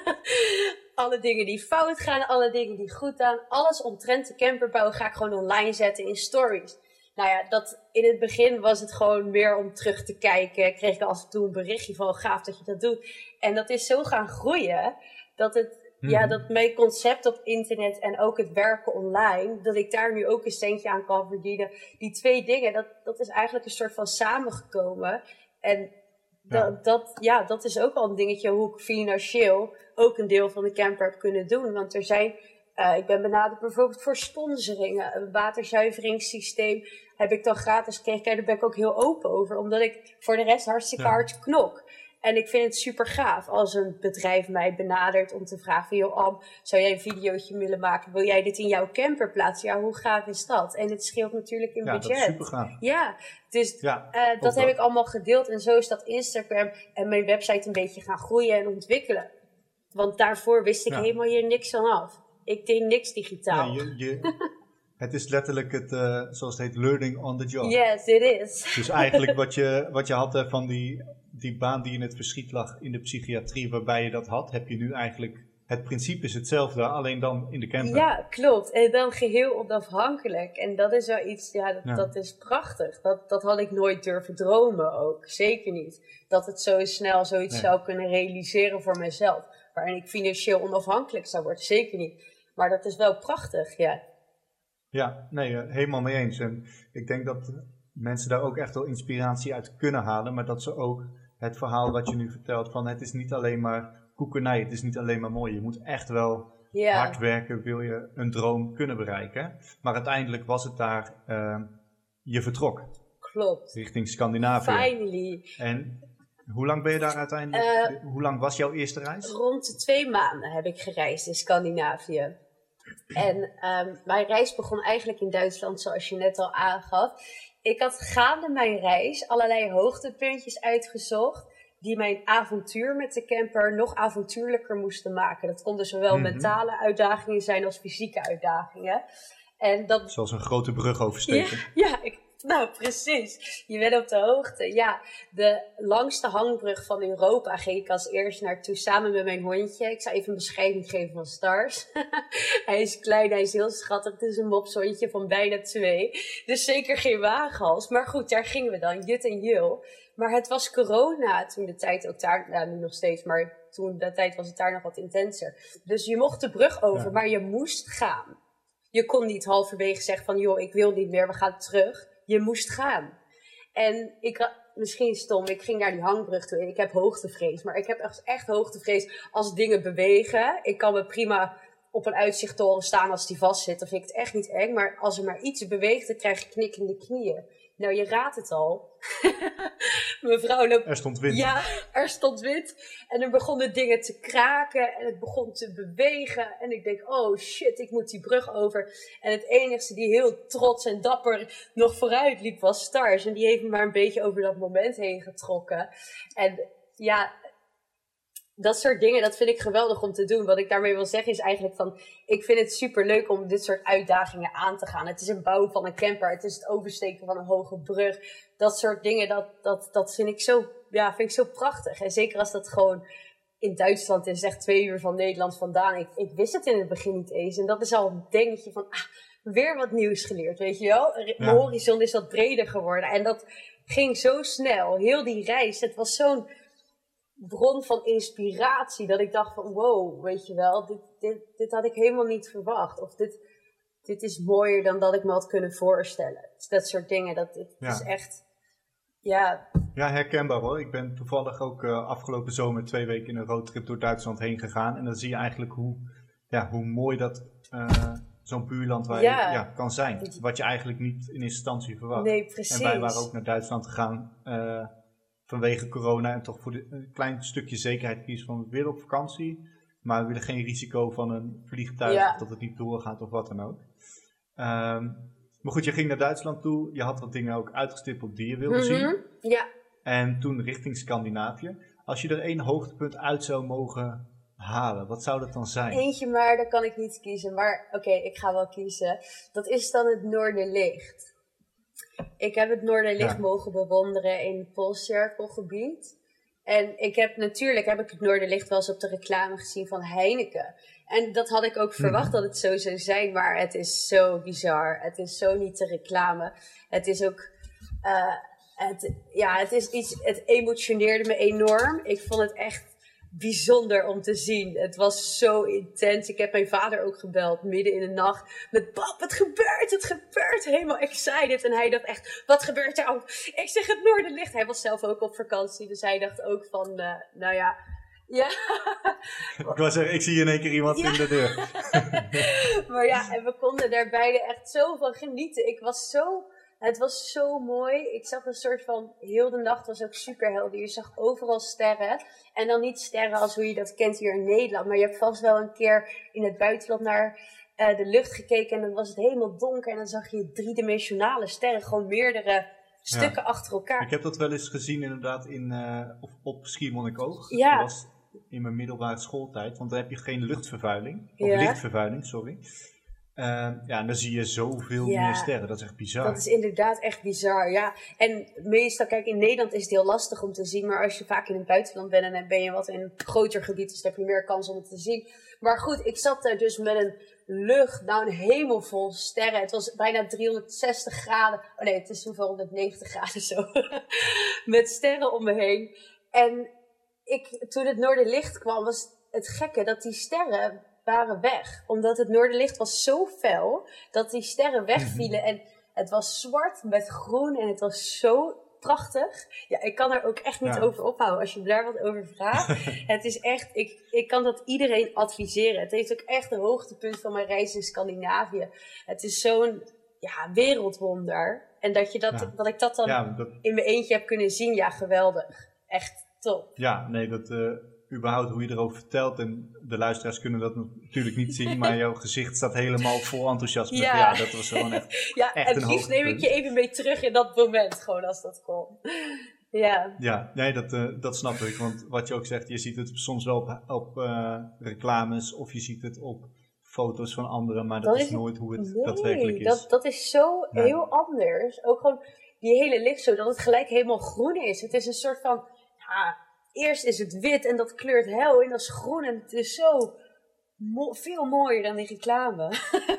Alle dingen die fout gaan, alle dingen die goed gaan. Alles omtrent de camperbouw ga ik gewoon online zetten in stories. Nou ja, dat, in het begin was het gewoon meer om terug te kijken. Kreeg ik af en toe een berichtje van gaaf dat je dat doet. En dat is zo gaan groeien. Dat, het, hmm. ja, dat mijn concept op internet en ook het werken online. Dat ik daar nu ook een centje aan kan verdienen. Die twee dingen, dat, dat is eigenlijk een soort van samengekomen. En ja. Dat, dat, ja, dat is ook al een dingetje hoe ik financieel ook een deel van de camper heb kunnen doen. Want er zijn, uh, ik ben benaderd bijvoorbeeld voor sponsoringen, een waterzuiveringssysteem heb ik dan gratis gekregen. Kijk, daar ben ik ook heel open over, omdat ik voor de rest hartstikke ja. hard knok. En ik vind het super gaaf als een bedrijf mij benadert om te vragen van joh Am, zou jij een videootje willen maken? Wil jij dit in jouw camper plaatsen? Ja, hoe gaaf is dat? En het scheelt natuurlijk in ja, budget. Ja, dat is super gaaf. Ja, dus ja, uh, dat heb ik allemaal gedeeld. En zo is dat Instagram en mijn website een beetje gaan groeien en ontwikkelen. Want daarvoor wist ik ja. helemaal hier niks van af. Ik deed niks digitaal. Ja, je, je, het is letterlijk het, uh, zoals het heet, learning on the job. Yes, it is. Dus eigenlijk wat je, wat je had uh, van die, die baan die in het verschiet lag in de psychiatrie, waarbij je dat had, heb je nu eigenlijk, het principe is hetzelfde, alleen dan in de camper. Ja, klopt. En dan geheel onafhankelijk. En dat is wel iets, ja, dat, ja. dat is prachtig. Dat, dat had ik nooit durven dromen ook. Zeker niet. Dat het zo snel zoiets nee. zou kunnen realiseren voor mezelf. Waarin ik financieel onafhankelijk zou worden. Zeker niet. Maar dat is wel prachtig, ja. Ja, nee, helemaal mee eens. En ik denk dat mensen daar ook echt wel inspiratie uit kunnen halen. Maar dat ze ook het verhaal wat je nu vertelt van het is niet alleen maar koekenij, het is niet alleen maar mooi. Je moet echt wel yeah. hard werken, wil je een droom kunnen bereiken. Maar uiteindelijk was het daar, uh, je vertrok. Klopt. Richting Scandinavië. Finally. En hoe lang ben je daar uiteindelijk, uh, hoe lang was jouw eerste reis? Rond de twee maanden heb ik gereisd in Scandinavië. En um, mijn reis begon eigenlijk in Duitsland, zoals je net al aangaf. Ik had gaande mijn reis allerlei hoogtepuntjes uitgezocht die mijn avontuur met de camper nog avontuurlijker moesten maken. Dat konden zowel mm-hmm. mentale uitdagingen zijn als fysieke uitdagingen. En dat... Zoals een grote brug oversteken. Ja, ja ik, nou precies. Je bent op de hoogte. Ja, de langste hangbrug van Europa ging ik als eerst naartoe samen met mijn hondje. Ik zal even een beschrijving geven van Stars. Hij is klein, hij is heel schattig. Het is een mopshondje van bijna twee. Dus zeker geen waaghals. Maar goed, daar gingen we dan, Jut en Jul. Maar het was corona toen de tijd ook daar, nou nu nog steeds, maar toen de tijd was het daar nog wat intenser. Dus je mocht de brug over, ja. maar je moest gaan. Je kon niet halverwege zeggen van, joh, ik wil niet meer, we gaan terug. Je moest gaan. En ik, misschien stom, ik ging naar die hangbrug toe en ik heb hoogtevrees. Maar ik heb echt, echt hoogtevrees als dingen bewegen. Ik kan me prima op een uitzichttoren staan als die vastzit. Dan vind ik het echt niet eng. Maar als er maar iets beweegt, dan krijg je knikkende knieën. Nou, je raadt het al. Mevrouw loopt... Er stond wind. Ja, er stond wind. En er begonnen dingen te kraken. En het begon te bewegen. En ik denk, oh shit, ik moet die brug over. En het enigste die heel trots en dapper nog vooruit liep was Stars. En die heeft me maar een beetje over dat moment heen getrokken. En ja... Dat soort dingen, dat vind ik geweldig om te doen. Wat ik daarmee wil zeggen is eigenlijk van... Ik vind het super leuk om dit soort uitdagingen aan te gaan. Het is het bouwen van een camper. Het is het oversteken van een hoge brug. Dat soort dingen, dat, dat, dat vind, ik zo, ja, vind ik zo prachtig. En zeker als dat gewoon in Duitsland is. Echt twee uur van Nederland vandaan. Ik, ik wist het in het begin niet eens. En dat is al een dingetje van... Ah, weer wat nieuws geleerd, weet je wel? Mijn ja. horizon is wat breder geworden. En dat ging zo snel. Heel die reis, het was zo'n... bron van inspiratie. Dat ik dacht van wow, weet je wel, dit, dit, dit had ik helemaal niet verwacht. Of dit, dit is mooier dan dat ik me had kunnen voorstellen. Dus dat soort dingen, dat dit Ja. is echt, ja. Ja, herkenbaar hoor. Ik ben toevallig ook uh, afgelopen zomer twee weken in een roadtrip door Duitsland heen gegaan. En dan zie je eigenlijk hoe, ja, hoe mooi dat uh, zo'n buurland waar Ja. je, ja, kan zijn. Wat je eigenlijk niet in eerste instantie verwacht. Nee, precies. En wij waren ook naar Duitsland gegaan uh, vanwege corona. En toch voor de, een klein stukje zekerheid kiezen van we willen op vakantie. Maar we willen geen risico van een vliegtuig Ja. of dat het niet doorgaat of wat dan ook. Um, maar goed, je ging naar Duitsland toe. Je had wat dingen ook uitgestippeld die je wilde Mm-hmm. zien. Ja. En toen richting Scandinavië. Als je er één hoogtepunt uit zou mogen halen, wat zou dat dan zijn? Eentje maar, daar kan ik niet kiezen. Maar oké, okay, ik ga wel kiezen. Dat is dan het Noorderlicht. Ik heb het Noorderlicht Ja. mogen bewonderen in het Poolcirkelgebied. En ik heb natuurlijk heb ik het Noorderlicht wel eens op de reclame gezien van Heineken. En dat had ik ook verwacht dat het zo zou zijn. Maar het is zo bizar. Het is zo niet de reclame. Het is ook... Uh, het, ja, het is iets... Het emotioneerde me enorm. Ik vond het echt bijzonder om te zien. Het was zo intens. Ik heb mijn vader ook gebeld midden in de nacht. Met pap, het gebeurt, het gebeurt. Helemaal excited. En hij dacht echt, wat gebeurt er? Oh, ik zeg het Noorderlicht. Hij was zelf ook op vakantie. Dus hij dacht ook van, uh, nou ja... Ja. Ik wou zeggen, ik zie in één keer iemand ja. in de deur. Maar ja, en we konden daar beide echt zo van genieten. Ik was zo... Het was zo mooi. Ik zag een soort van... Heel de nacht was ook super helder. Je zag overal sterren. En dan niet sterren als hoe je dat kent hier in Nederland. Maar je hebt vast wel een keer in het buitenland naar uh, de lucht gekeken. En dan was het helemaal donker. En dan zag je driedimensionale sterren. Gewoon meerdere stukken ja. achter elkaar. Ik heb dat wel eens gezien inderdaad in, uh, op, op Schiermonnikoog. Ja. Dat was in mijn middelbare schooltijd. Want dan heb je geen luchtvervuiling. Of ja. lichtvervuiling, sorry. Uh, ja, en dan zie je zoveel ja, meer sterren. Dat is echt bizar. Dat is inderdaad echt bizar, ja. En meestal, kijk, in Nederland is het heel lastig om te zien. Maar als je vaak in het buitenland bent en dan ben je wat in een groter gebied, dus dan heb je meer kans om het te zien. Maar goed, ik zat daar dus met een lucht, nou een hemel vol sterren. Het was bijna driehonderdzestig graden. Oh nee, het is zoveel honderdnegentig graden zo. Met sterren om me heen. En ik, toen het Noorderlicht kwam, was het gekke dat die sterren... waren weg. Omdat het Noorderlicht was zo fel dat die sterren wegvielen. En het was zwart met groen en het was zo prachtig. Ja, ik kan er ook echt niet ja. over ophouden als je daar wat over vraagt. Het is echt, ik, ik kan dat iedereen adviseren. Het heeft ook echt een hoogtepunt van mijn reis in Scandinavië. Het is zo'n ja, wereldwonder. En dat, je dat, ja. dat ik dat dan ja, dat... in mijn eentje heb kunnen zien, ja, geweldig. Echt top. Ja, nee, dat... Uh... überhaupt hoe je erover vertelt. En de luisteraars kunnen dat natuurlijk niet zien. Maar jouw gezicht staat helemaal vol enthousiasme. Ja, ja dat was gewoon echt, ja, echt en liefst neem ik je even mee terug in dat moment. Gewoon als dat kon. Ja, ja nee, dat, uh, dat snap ik. Want wat je ook zegt, je ziet het soms wel op, op uh, reclames. Of je ziet het op foto's van anderen. Maar dat, dat is, is nooit hoe het nee, daadwerkelijk is. Dat, dat is zo ja. heel anders. Ook gewoon die hele lichtshow. Dat het gelijk helemaal groen is. Het is een soort van... Ja, eerst is het wit en dat kleurt hel en dat is groen en het is zo mo- veel mooier dan die reclame.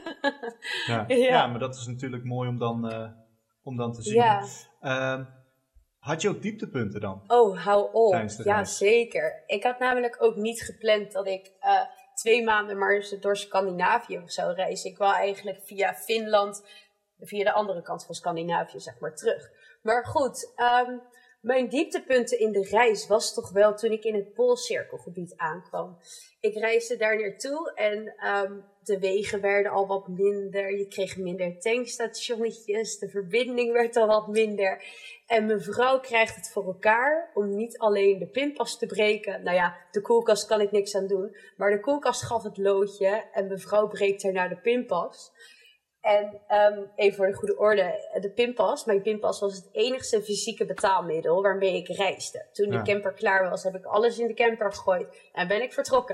ja. Ja. ja, maar dat is natuurlijk mooi om dan, uh, om dan te zien. Ja. Uh, had je ook dieptepunten dan? Oh, hou op. Ja, zeker. Ik had namelijk ook niet gepland dat ik uh, twee maanden maar door Scandinavië zou reizen. Ik wou eigenlijk via Finland, via de andere kant van Scandinavië, zeg maar, terug. Maar goed... Um, Mijn dieptepunten in de reis was toch wel toen ik in het Poolcirkelgebied aankwam. Ik reisde daar naartoe en um, de wegen werden al wat minder. Je kreeg minder tankstationnetjes, de verbinding werd al wat minder. En mijn vrouw krijgt het voor elkaar om niet alleen de pinpas te breken. Nou ja, de koelkast kan ik niks aan doen. Maar de koelkast gaf het loodje en mijn vrouw breekt daarna de pinpas. En um, even voor de goede orde, de pinpas, mijn pinpas was het enigste fysieke betaalmiddel waarmee ik reisde. Toen ja. de camper klaar was, heb ik alles in de camper gegooid en ben ik vertrokken.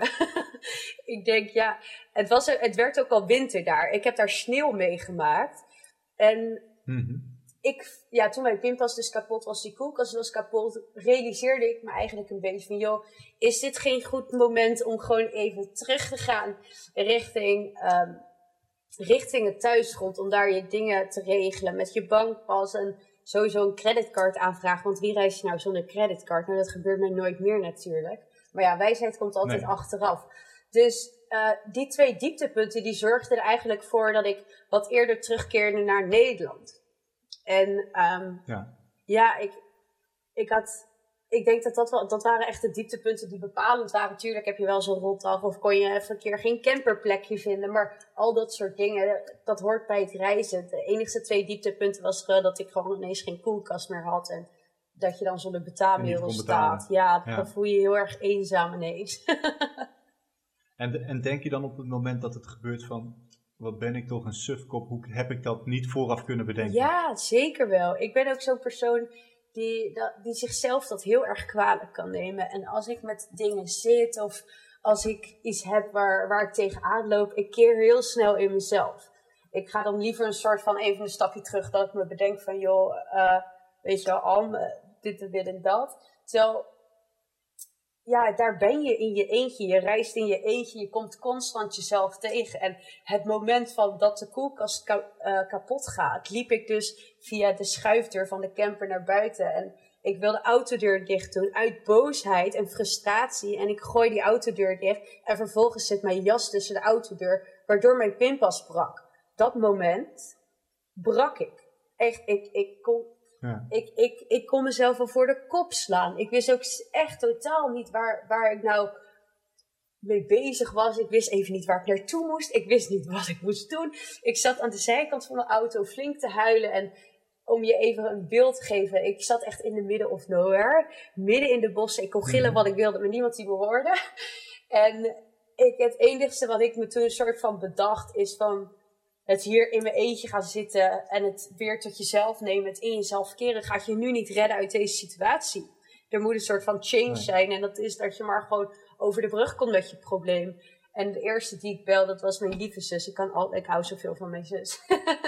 Ik denk, ja, het, was, het werd ook al winter daar. Ik heb daar sneeuw meegemaakt. En mm-hmm. ik, ja, toen mijn pinpas dus kapot was, die koelkast was kapot, realiseerde ik me eigenlijk een beetje van, joh, is dit geen goed moment om gewoon even terug te gaan richting... Um, richting het thuisgrond, om daar je dingen te regelen met je bankpas en sowieso een creditcard aanvragen. Want wie reist nou zonder creditcard? Nou, dat gebeurt mij nooit meer natuurlijk. Maar ja, wijsheid komt altijd nee. achteraf. Dus uh, die twee dieptepunten die zorgden er eigenlijk voor dat ik wat eerder terugkeerde naar Nederland. En um, ja, ja ik, ik had... Ik denk dat dat, wel, dat waren echt de dieptepunten die bepalend waren. Tuurlijk heb je wel zo'n rotdag of kon je even een keer geen camperplekje vinden. Maar al dat soort dingen, dat hoort bij het reizen. De enige twee dieptepunten was uh, dat ik gewoon ineens geen koelkast meer had. En dat je dan zonder betaalmiddel staat. Ja, ja, dan voel je je heel erg eenzaam ineens. en, en denk je dan op het moment dat het gebeurt van... Wat ben ik toch een sufkop? Hoe heb ik dat niet vooraf kunnen bedenken? Ja, zeker wel. Ik ben ook zo'n persoon... Die, die zichzelf dat heel erg kwalijk kan nemen. En als ik met dingen zit of als ik iets heb waar, waar ik tegenaan loop, ik keer heel snel in mezelf. Ik ga dan liever een soort van even een stapje terug dat ik me bedenk van joh, uh, weet je wel, Am, dit en dit en dat. Terwijl, ja, daar ben je in je eentje, je reist in je eentje, je komt constant jezelf tegen. En het moment van dat de koelkast ka- uh, kapot gaat, liep ik dus via de schuifdeur van de camper naar buiten. En ik wil de autodeur dicht doen uit boosheid en frustratie. En ik gooi die autodeur dicht en vervolgens zit mijn jas tussen de autodeur, waardoor mijn pinpas brak. Dat moment brak ik. Echt, ik, ik kon... Ja. Ik, ik, ik kon mezelf wel voor de kop slaan. Ik wist ook echt totaal niet waar, waar ik nou mee bezig was. Ik wist even niet waar ik naartoe moest. Ik wist niet wat ik moest doen. Ik zat aan de zijkant van de auto flink te huilen. En om je even een beeld te geven. Ik zat echt in the middle of nowhere. Midden in de bossen. Ik kon gillen wat ik wilde, maar niemand die me hoorde. En ik, het enigste wat ik me toen een soort van bedacht is van... Het hier in mijn eentje gaan zitten en het weer tot jezelf nemen, het in jezelf keren, gaat je nu niet redden uit deze situatie. Er moet een soort van change nee. zijn en dat is dat je maar gewoon over de brug komt met je probleem. En de eerste die ik belde, dat was mijn lieve zus. Ik, kan al, ik hou zoveel van mijn zus.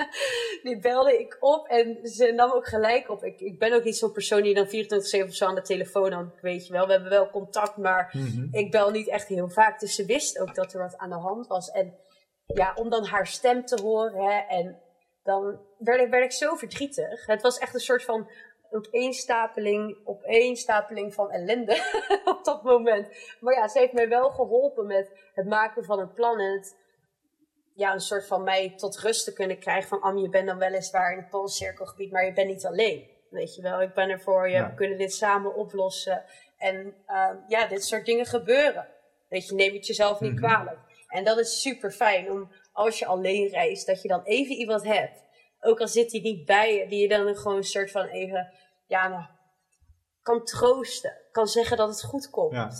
Die belde ik op en ze nam ook gelijk op. Ik, ik ben ook niet zo'n persoon die dan vierentwintig zeven zo aan de telefoon dan, weet je wel. We hebben wel contact, maar mm-hmm. ik bel niet echt heel vaak. Dus ze wist ook dat er wat aan de hand was. En ja, om dan haar stem te horen, hè, en dan werd ik, werd ik zo verdrietig. Het was echt een soort van opeenstapeling, opeenstapeling van ellende op dat moment. Maar ja, ze heeft mij wel geholpen met het maken van een plan en het, ja, een soort van mij tot rust te kunnen krijgen van, Am, je bent dan weliswaar in het Poolcirkelgebied, maar je bent niet alleen. Weet je wel, ik ben er voor je, ja. We kunnen dit samen oplossen. En uh, ja, dit soort dingen gebeuren. Weet je, neem het jezelf niet mm-hmm. kwalijk. En dat is super fijn, om als je alleen reist, dat je dan even iemand hebt. Ook al zit hij niet bij je, die je dan gewoon een soort van even, ja, nou, kan troosten. Kan zeggen dat het goed komt. Ja,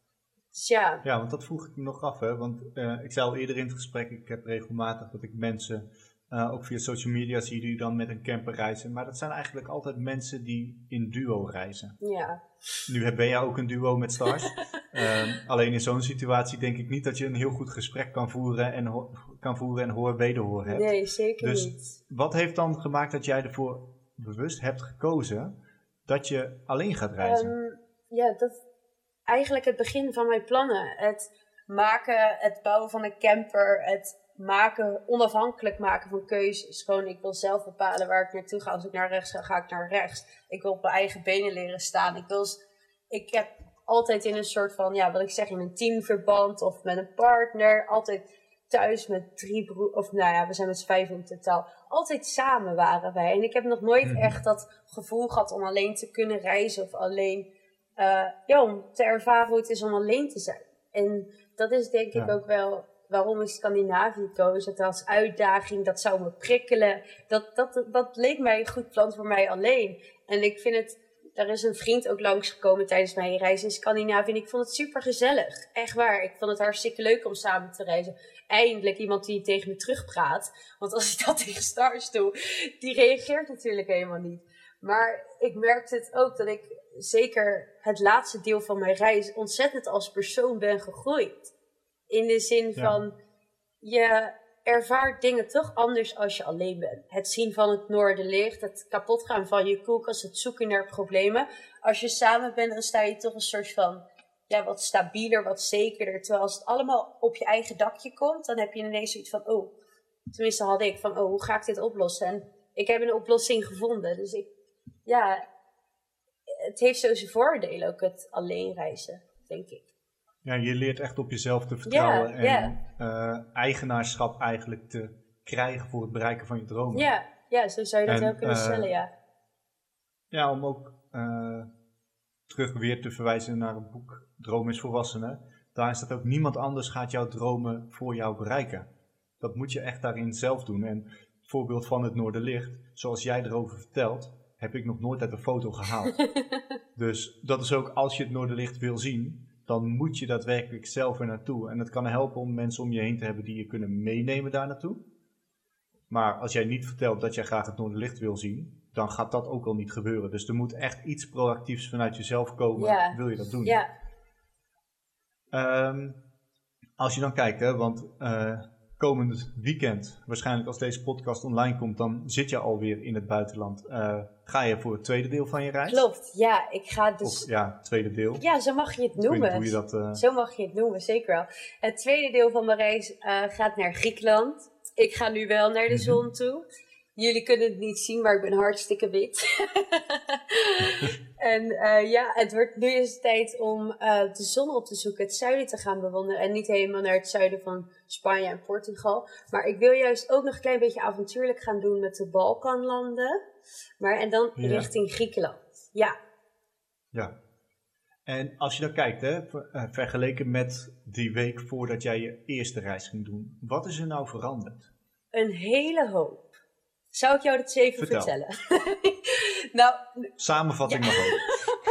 dus ja. ja, want dat vroeg ik me nog af, hè. Want uh, ik zei al eerder in het gesprek, ik heb regelmatig dat ik mensen, uh, ook via social media zie die dan met een camper reizen. Maar dat zijn eigenlijk altijd mensen die in duo reizen. Ja. Nu ben jij ook een duo met Stars. um, alleen in zo'n situatie denk ik niet dat je een heel goed gesprek kan voeren en, ho- kan voeren en hoor-wederhoor hebt. Nee, zeker dus niet. Wat heeft dan gemaakt dat jij ervoor bewust hebt gekozen dat je alleen gaat reizen? Um, ja, dat eigenlijk het begin van mijn plannen. Het maken, het bouwen van een camper, het maken, onafhankelijk maken van keuzes. Gewoon, ik wil zelf bepalen waar ik naartoe ga. Als ik naar rechts ga, ga ik naar rechts. Ik wil op mijn eigen benen leren staan. Ik wil, ik heb altijd in een soort van, ja, wat ik zeg, in een teamverband of met een partner. Altijd thuis met drie broers, of nou ja, we zijn met z'n vijf in totaal. Altijd samen waren wij. En ik heb nog nooit mm-hmm. echt dat gevoel gehad om alleen te kunnen reizen. Of alleen, uh, ja, om te ervaren hoe het is om alleen te zijn. En dat is denk ja. ik ook wel waarom ik Scandinavië koos. Het als uitdaging, dat zou me prikkelen. Dat, dat, dat leek mij een goed plan voor mij alleen. En ik vind het, daar is een vriend ook langsgekomen tijdens mijn reis in Scandinavië. En ik vond het super gezellig. Echt waar. Ik vond het hartstikke leuk om samen te reizen. Eindelijk iemand die tegen me terugpraat. Want als ik dat tegen Stars doe, die reageert natuurlijk helemaal niet. Maar ik merkte het ook dat ik zeker het laatste deel van mijn reis ontzettend als persoon ben gegroeid. In de zin van, ja. je ervaart dingen toch anders als je alleen bent. Het zien van het noorderlicht, het kapotgaan van je koelkast, het zoeken naar problemen. Als je samen bent, dan sta je toch een soort van, ja, wat stabieler, wat zekerder. Terwijl als het allemaal op je eigen dakje komt, dan heb je ineens zoiets van, oh, tenminste had ik, van oh, hoe ga ik dit oplossen? En ik heb een oplossing gevonden. Dus ik, ja, het heeft zo zijn voordelen ook, het alleen reizen, denk ik. Ja, je leert echt op jezelf te vertrouwen Ja, en ja. uh, eigenaarschap eigenlijk te krijgen voor het bereiken van je dromen. Ja, ja, zo zou je dat en, wel kunnen uh, stellen, ja. Ja, om ook uh, terug weer te verwijzen naar het boek Droom is Volwassenen. Daar staat ook, niemand anders gaat jouw dromen voor jou bereiken. Dat moet je echt daarin zelf doen. En het voorbeeld van het Noorderlicht, zoals jij erover vertelt, heb ik nog nooit uit een foto gehaald. Dus dat is ook, als je het Noorderlicht wil zien, dan moet je daadwerkelijk zelf er naartoe. En het kan helpen om mensen om je heen te hebben die je kunnen meenemen daar naartoe. Maar als jij niet vertelt dat jij graag het Noorderlicht wil zien, dan gaat dat ook al niet gebeuren. Dus er moet echt iets proactiefs vanuit jezelf komen, ja. Wil je dat doen. Ja. Um, als je dan kijkt, hè, want uh, komend weekend, waarschijnlijk als deze podcast online komt, dan zit je alweer in het buitenland. Uh, ga je voor het tweede deel van je reis? Klopt, ja. Ik ga dus... Of, ja, tweede deel. Ja, zo mag je het noemen. Hoe je dat, uh... Zo mag je het noemen, zeker wel. Het tweede deel van mijn reis uh, gaat naar Griekenland. Ik ga nu wel naar de mm-hmm. zon toe. Jullie kunnen het niet zien, maar ik ben hartstikke wit. en uh, ja, het wordt nu eens tijd om uh, de zon op te zoeken, het zuiden te gaan bewonderen. En niet helemaal naar het zuiden van Spanje en Portugal. Maar ik wil juist ook nog een klein beetje avontuurlijk gaan doen met de Balkanlanden. Maar en dan ja. richting Griekenland. Ja. Ja. En als je dan kijkt, hè, vergeleken met die week voordat jij je eerste reis ging doen. Wat is er nou veranderd? Een hele hoop. Zou ik jou dat even Vertel. vertellen? nou, Samenvatting ja. mag ook.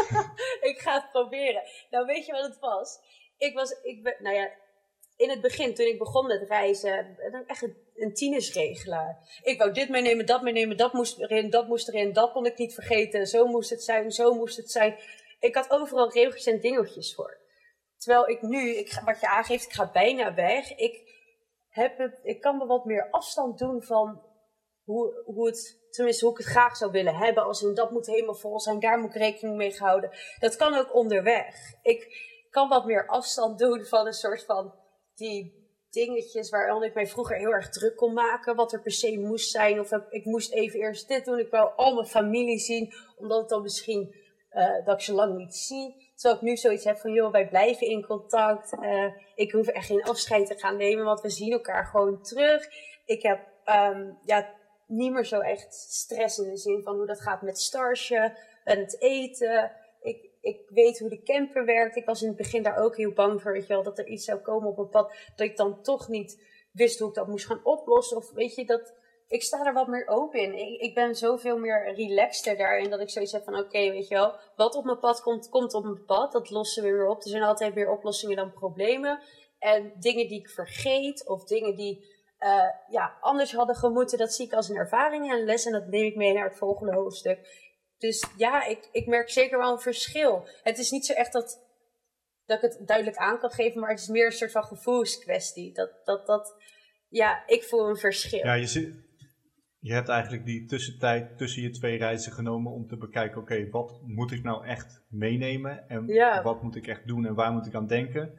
Ik ga het proberen. Nou, weet je wat het was? Ik was, ik ben, nou ja, in het begin, toen ik begon met reizen, ben ik echt een, een tienersregelaar. Ik wou dit meenemen, dat meenemen, dat moest erin, dat moest erin, dat kon ik niet vergeten. Zo moest het zijn, zo moest het zijn. Ik had overal regeltjes en dingetjes voor. Terwijl ik nu, ik ga, wat je aangeeft, ik ga bijna weg. Ik, heb het, ik kan me wat meer afstand doen van hoe, hoe het, tenminste hoe ik het graag zou willen hebben. Als in dat moet helemaal vol zijn, daar moet ik rekening mee houden. Dat kan ook onderweg. Ik kan wat meer afstand doen van een soort van die dingetjes waarom ik mij vroeger heel erg druk kon maken. Wat er per se moest zijn. Of ik moest even eerst dit doen. Ik wou al mijn familie zien. Omdat het dan misschien uh, dat ik ze lang niet zie. Terwijl ik nu zoiets heb van, joh, wij blijven in contact. Uh, ik hoef echt geen afscheid te gaan nemen, want we zien elkaar gewoon terug. Ik heb um, ja, niet meer zo echt stress in de zin van hoe dat gaat met Starsje en het eten. Ik, ik weet hoe de camper werkt. Ik was in het begin daar ook heel bang voor, weet je wel, dat er iets zou komen op mijn pad. Dat ik dan toch niet wist hoe ik dat moest gaan oplossen. Of weet je, dat... Ik sta er wat meer open in. Ik, ik ben zoveel meer relaxter daarin dat ik zoiets heb van oké, okay, weet je wel, wat op mijn pad komt, komt op mijn pad. Dat lossen we weer op. Er zijn altijd meer oplossingen dan problemen. En dingen die ik vergeet of dingen die uh, ja, anders hadden gemoeten, dat zie ik als een ervaring en een les en dat neem ik mee naar het volgende hoofdstuk. Dus ja, ik, ik merk zeker wel een verschil. Het is niet zo echt dat, dat ik het duidelijk aan kan geven, maar het is meer een soort van gevoelskwestie. Dat, dat, dat, ja, ik voel een verschil. Ja, je zit... Je hebt eigenlijk die tussentijd tussen je twee reizen genomen om te bekijken, oké, okay, wat moet ik nou echt meenemen en ja. wat moet ik echt doen en waar moet ik aan denken.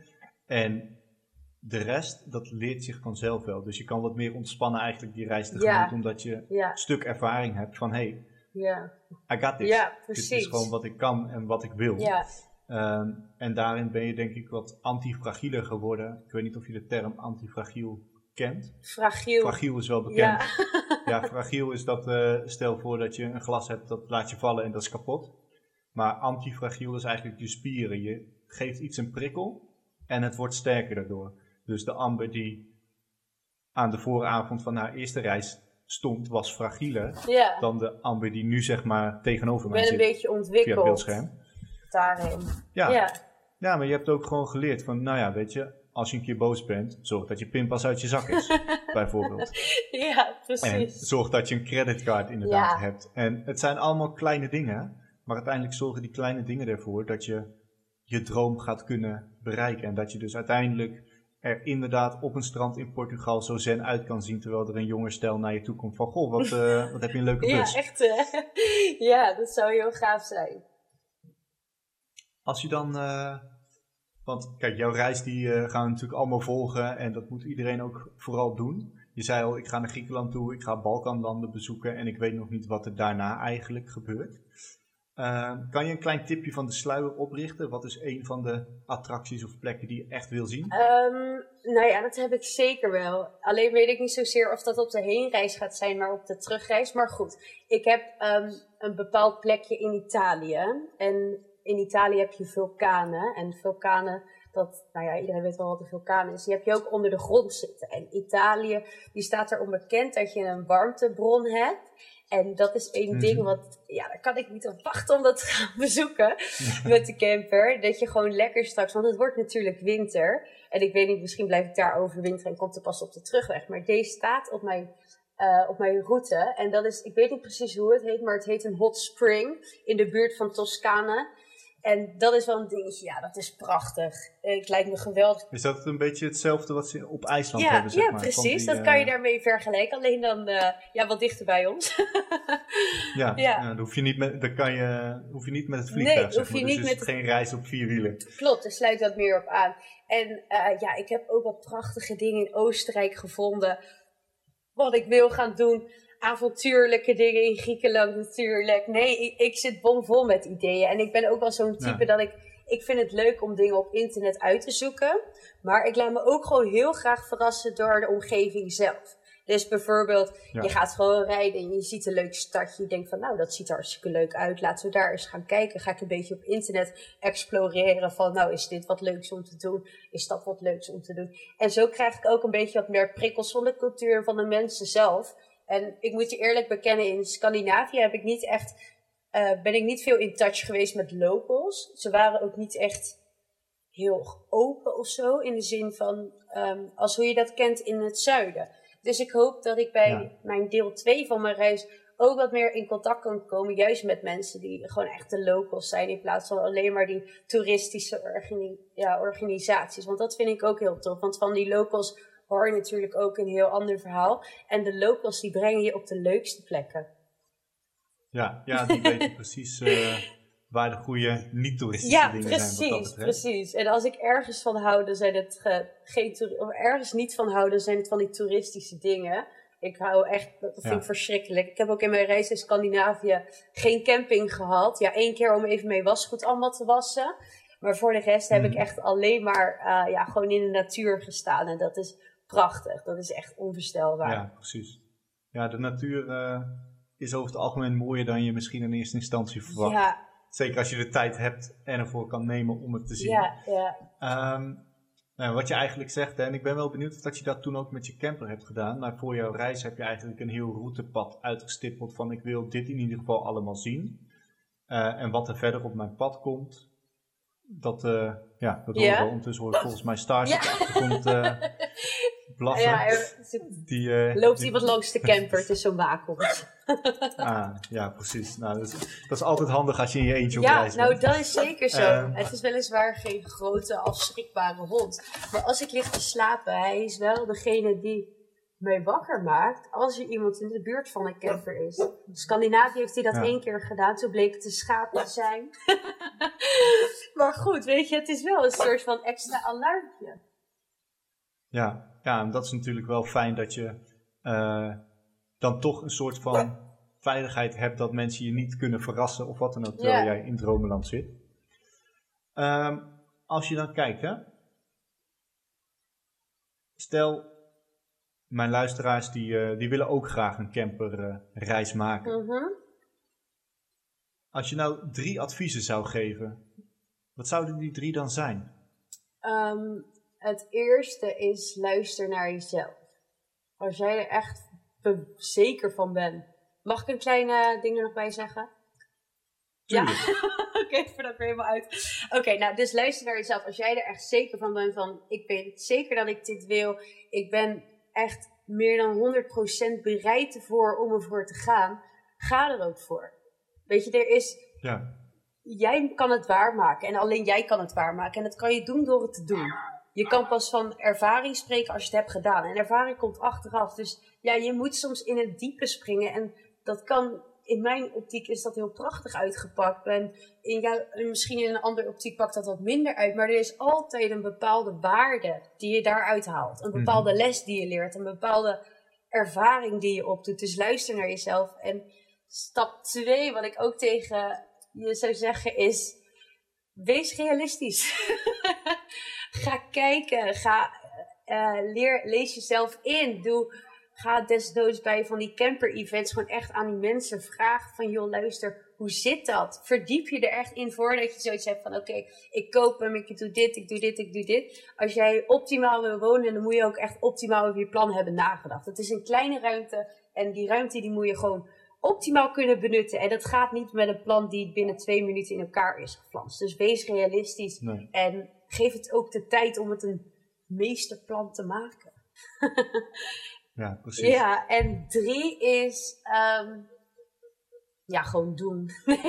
En de rest, dat leert zich vanzelf wel. Dus je kan wat meer ontspannen eigenlijk die reis tegemoet, ja. omdat je ja. een stuk ervaring hebt van, hey, ja. I got this. Ja, precies. Dit is gewoon wat ik kan en wat ik wil. Ja. Um, en daarin ben je denk ik wat antifragieler geworden. Ik weet niet of je de term antifragiel kent. Fragiel. Fragiel is wel bekend. Ja, ja fragiel is dat, uh, stel voor dat je een glas hebt, dat laat je vallen en dat is kapot. Maar antifragiel is eigenlijk je spieren. Je geeft iets een prikkel en het wordt sterker daardoor. Dus de Amber die aan de vooravond van haar eerste reis stond, was fragieler ja. dan de Amber die nu zeg maar tegenover mij zit. Ik ben een beetje ontwikkeld. Via het beeldscherm. Daarin. Ja. ja. Ja, maar je hebt ook gewoon geleerd van, nou ja, weet je, als je een keer boos bent, zorg dat je pinpas uit je zak is, bijvoorbeeld. Ja, precies. En zorg dat je een creditcard inderdaad ja. hebt. En het zijn allemaal kleine dingen, maar uiteindelijk zorgen die kleine dingen ervoor dat je je droom gaat kunnen bereiken. En dat je dus uiteindelijk er inderdaad op een strand in Portugal zo zen uit kan zien, terwijl er een jonger stel naar je toe komt van, goh, wat, uh, wat heb je een leuke bus. Ja, echt hè. Ja, dat zou heel gaaf zijn. Als je dan... Uh, Want kijk, jouw reis die uh, gaan we natuurlijk allemaal volgen en dat moet iedereen ook vooral doen. je zei al, ik ga naar Griekenland toe, ik ga Balkanlanden bezoeken en ik weet nog niet wat er daarna eigenlijk gebeurt. Uh, kan je een klein tipje van de sluier oprichten? Wat is een van de attracties of plekken die je echt wil zien? Um, nou ja, dat heb ik zeker wel. Alleen weet ik niet zozeer of dat op de heenreis gaat zijn, maar op de terugreis. Maar goed, ik heb um, een bepaald plekje in Italië. En in Italië heb je vulkanen. En vulkanen, dat, nou ja, iedereen weet wel wat een vulkaan is. Die heb je ook onder de grond zitten. En Italië, die staat erom bekend dat je een warmtebron hebt. En dat is één mm-hmm. ding wat, ja, daar kan ik niet op wachten om dat te gaan bezoeken met de camper. Dat je gewoon lekker straks, want het wordt natuurlijk winter. En ik weet niet, misschien blijf ik daar overwinteren en komt er pas op de terugweg. Maar deze staat op mijn, uh, op mijn route. En dat is, ik weet niet precies hoe het heet, maar het heet een hot spring in de buurt van Toscane. En dat is wel een dingetje, ja, dat is prachtig. Het lijkt me geweldig. Is dat een beetje hetzelfde wat ze op IJsland ja, hebben, zeg ja, maar? precies. Die, dat uh... kan je daarmee vergelijken. Alleen dan uh, ja, wat dichter bij ons. ja, ja. ja dan, hoef je niet met, dan kan je, hoef je niet met het vliegtuig, nee, zeg hoef je maar. niet Dus is met... het geen reis op vier wielen. Klopt, daar sluit dat meer op aan. En uh, ja, ik heb ook wat prachtige dingen in Oostenrijk gevonden. Wat ik wil gaan doen. Avontuurlijke dingen in Griekenland natuurlijk. Nee, ik, ik zit bomvol met ideeën. En ik ben ook wel zo'n type ja. dat ik... Ik vind het leuk om dingen op internet uit te zoeken. Maar ik laat me ook gewoon heel graag verrassen door de omgeving zelf. Dus bijvoorbeeld, ja. je gaat gewoon rijden en je ziet een leuk stadje. Je denkt van, nou, dat ziet er hartstikke leuk uit. Laten we daar eens gaan kijken. Ga ik een beetje op internet exploreren van, nou, is dit wat leuks om te doen? Is dat wat leuks om te doen? En zo krijg ik ook een beetje wat meer prikkels van de cultuur en van de mensen zelf. En ik moet je eerlijk bekennen, in Scandinavië heb ik niet echt... Uh, ben ik niet veel in touch geweest met locals. Ze waren ook niet echt heel open of zo. In de zin van, um, als hoe je dat kent in het zuiden. Dus ik hoop dat ik bij ja. mijn deel twee van mijn reis ook wat meer in contact kan komen. Juist met mensen die gewoon echt de locals zijn. In plaats van alleen maar die toeristische organi- ja, organisaties. Want dat vind ik ook heel tof. Want van die locals hoor je natuurlijk ook een heel ander verhaal. En de locals die brengen je op de leukste plekken. Ja, ja, die weten precies uh, waar de goede niet-toeristische ja, dingen precies, zijn. Ja, precies, precies. En als ik ergens van hou, dan zijn het ge, geen toer- of ergens niet van hou, dan zijn het van die toeristische dingen. Ik hou echt, dat vind ja. ik verschrikkelijk. Ik heb ook in mijn reis in Scandinavië geen camping gehad. Ja, één keer om even mijn wasgoed allemaal te wassen. Maar voor de rest heb mm. ik echt alleen maar uh, ja, gewoon in de natuur gestaan. En dat is prachtig. Dat is echt onvoorstelbaar. Ja, precies. Ja, de natuur... Uh... is over het algemeen mooier dan je misschien in eerste instantie verwacht. Ja. Zeker als je de tijd hebt en ervoor kan nemen om het te zien. Ja, ja. Um, nou, wat je eigenlijk zegt, hè, en ik ben wel benieuwd of dat je dat toen ook met je camper hebt gedaan. Maar voor jouw reis heb je eigenlijk een heel routepad uitgestippeld van ik wil dit in ieder geval allemaal zien. Uh, en wat er verder op mijn pad komt, dat, uh, ja, dat hoor ja. we ondertussen hoor ik volgens mij Stars ja. op de achtergrond uh, blaffen. Ja, er die, uh, loopt die, iemand langs de camper, het is zo'n waakhond. Ah, ja, precies. Nou, dat, is, dat is altijd handig als je in je eentje op ja, reis bent. Ja, nou dat is zeker zo. Um, het is weliswaar geen grote, afschrikbare hond. Maar als ik lig te slapen, hij is wel degene die mij wakker maakt als er iemand in de buurt van een camper is. In Scandinavië heeft hij dat ja. één keer gedaan, toen bleek het een schaap te zijn. Maar goed, weet je, het is wel een soort van extra alarmpje. Ja, ja, en dat is natuurlijk wel fijn dat je uh, dan toch een soort van veiligheid hebt dat mensen je niet kunnen verrassen of wat dan ook, terwijl ja. jij in dromenland zit. Um, als je dan kijkt, hè. Stel, mijn luisteraars die, uh, die willen ook graag een camperreis uh, maken. Mm-hmm. Als je nou drie adviezen zou geven, wat zouden die drie dan zijn? Um, het eerste is luister naar jezelf. Als jij er echt be- zeker van bent. Mag ik een kleine ding er nog bij zeggen? Tuurlijk. Ja, oké, okay, voordat ik er helemaal uit. Oké, okay, nou, dus luister naar jezelf. Als jij er echt zeker van bent van, ik weet zeker dat ik dit wil. Ik ben echt meer dan honderd procent bereid ervoor om ervoor te gaan. Ga er ook voor. Weet je, er is... Ja. Jij kan het waarmaken en alleen jij kan het waarmaken. En dat kan je doen door het te doen. Je kan pas van ervaring spreken als je het hebt gedaan. En ervaring komt achteraf. Dus ja, je moet soms in het diepe springen. En dat kan, in mijn optiek is dat heel prachtig uitgepakt. En in jou, misschien in een andere optiek pakt dat wat minder uit. Maar er is altijd een bepaalde waarde die je daaruit haalt. Een bepaalde les die je leert. Een bepaalde ervaring die je opdoet. Dus luister naar jezelf. En stap twee, wat ik ook tegen je zou zeggen, is wees realistisch. Ga kijken, ga uh, leer, lees jezelf in. Doe, ga desnoods bij van die camper-events gewoon echt aan die mensen vragen van, joh, luister, hoe zit dat? Verdiep je er echt in voordat je zoiets hebt van, oké, okay, ik koop hem, ik doe dit, ik doe dit, ik doe dit. Als jij optimaal wil wonen, dan moet je ook echt optimaal over je plan hebben nagedacht. Het is een kleine ruimte en die ruimte die moet je gewoon optimaal kunnen benutten. En dat gaat niet met een plan die binnen twee minuten in elkaar is geflanst. Dus wees realistisch nee. En geef het ook de tijd om het een meesterplan te maken. Ja, precies. Ja, en drie is um, ja, gewoon doen.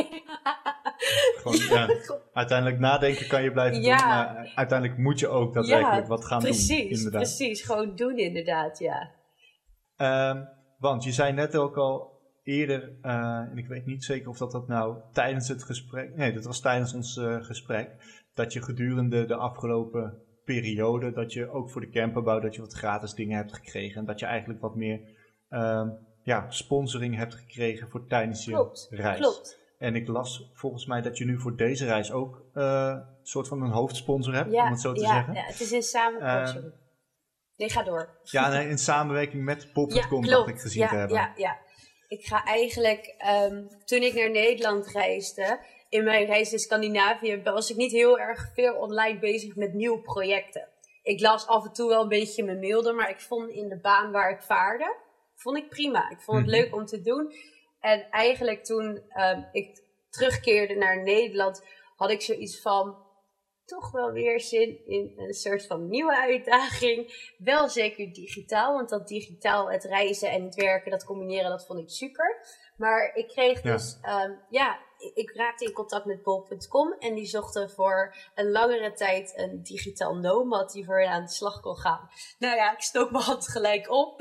Gewoon, ja. Uiteindelijk nadenken kan je blijven ja. doen, maar uiteindelijk moet je ook daadwerkelijk ja, wat gaan precies, doen. Inderdaad. Precies, gewoon doen inderdaad, ja. Um, want je zei net ook al eerder, uh, en ik weet niet zeker of dat, dat nou tijdens het gesprek, nee, dat was tijdens ons uh, gesprek, dat je gedurende de afgelopen periode, dat je ook voor de camperbouw, dat je wat gratis dingen hebt gekregen en dat je eigenlijk wat meer um, ja, sponsoring hebt gekregen voor tijdens je klopt, reis. Klopt. En ik las volgens mij dat je nu voor deze reis ook uh, een soort van een hoofdsponsor hebt, ja, om het zo te ja, zeggen. Ja, het is in samenwerking. Uh, nee, ga door. Ja, nee, in samenwerking met pop punt com ja, dacht ik gezien ja, te hebben. Ja, ja. Ik ga eigenlijk, um, toen ik naar Nederland reisde, in mijn reis in Scandinavië, was ik niet heel erg veel online bezig met nieuwe projecten. Ik las af en toe wel een beetje mijn mailden, maar ik vond in de baan waar ik vaarde, vond ik prima. Ik vond het mm-hmm. leuk om te doen. En eigenlijk toen um, ik terugkeerde naar Nederland, had ik zoiets van, toch wel weer zin in een soort van nieuwe uitdaging. Wel zeker digitaal, want dat digitaal, het reizen en het werken, dat combineren, dat vond ik super. Maar ik kreeg dus, ja, um, ja ik raakte in contact met bol punt com en die zochten voor een langere tijd een digitaal nomad die voor hen aan de slag kon gaan. Nou ja, ik stook mijn hand gelijk op.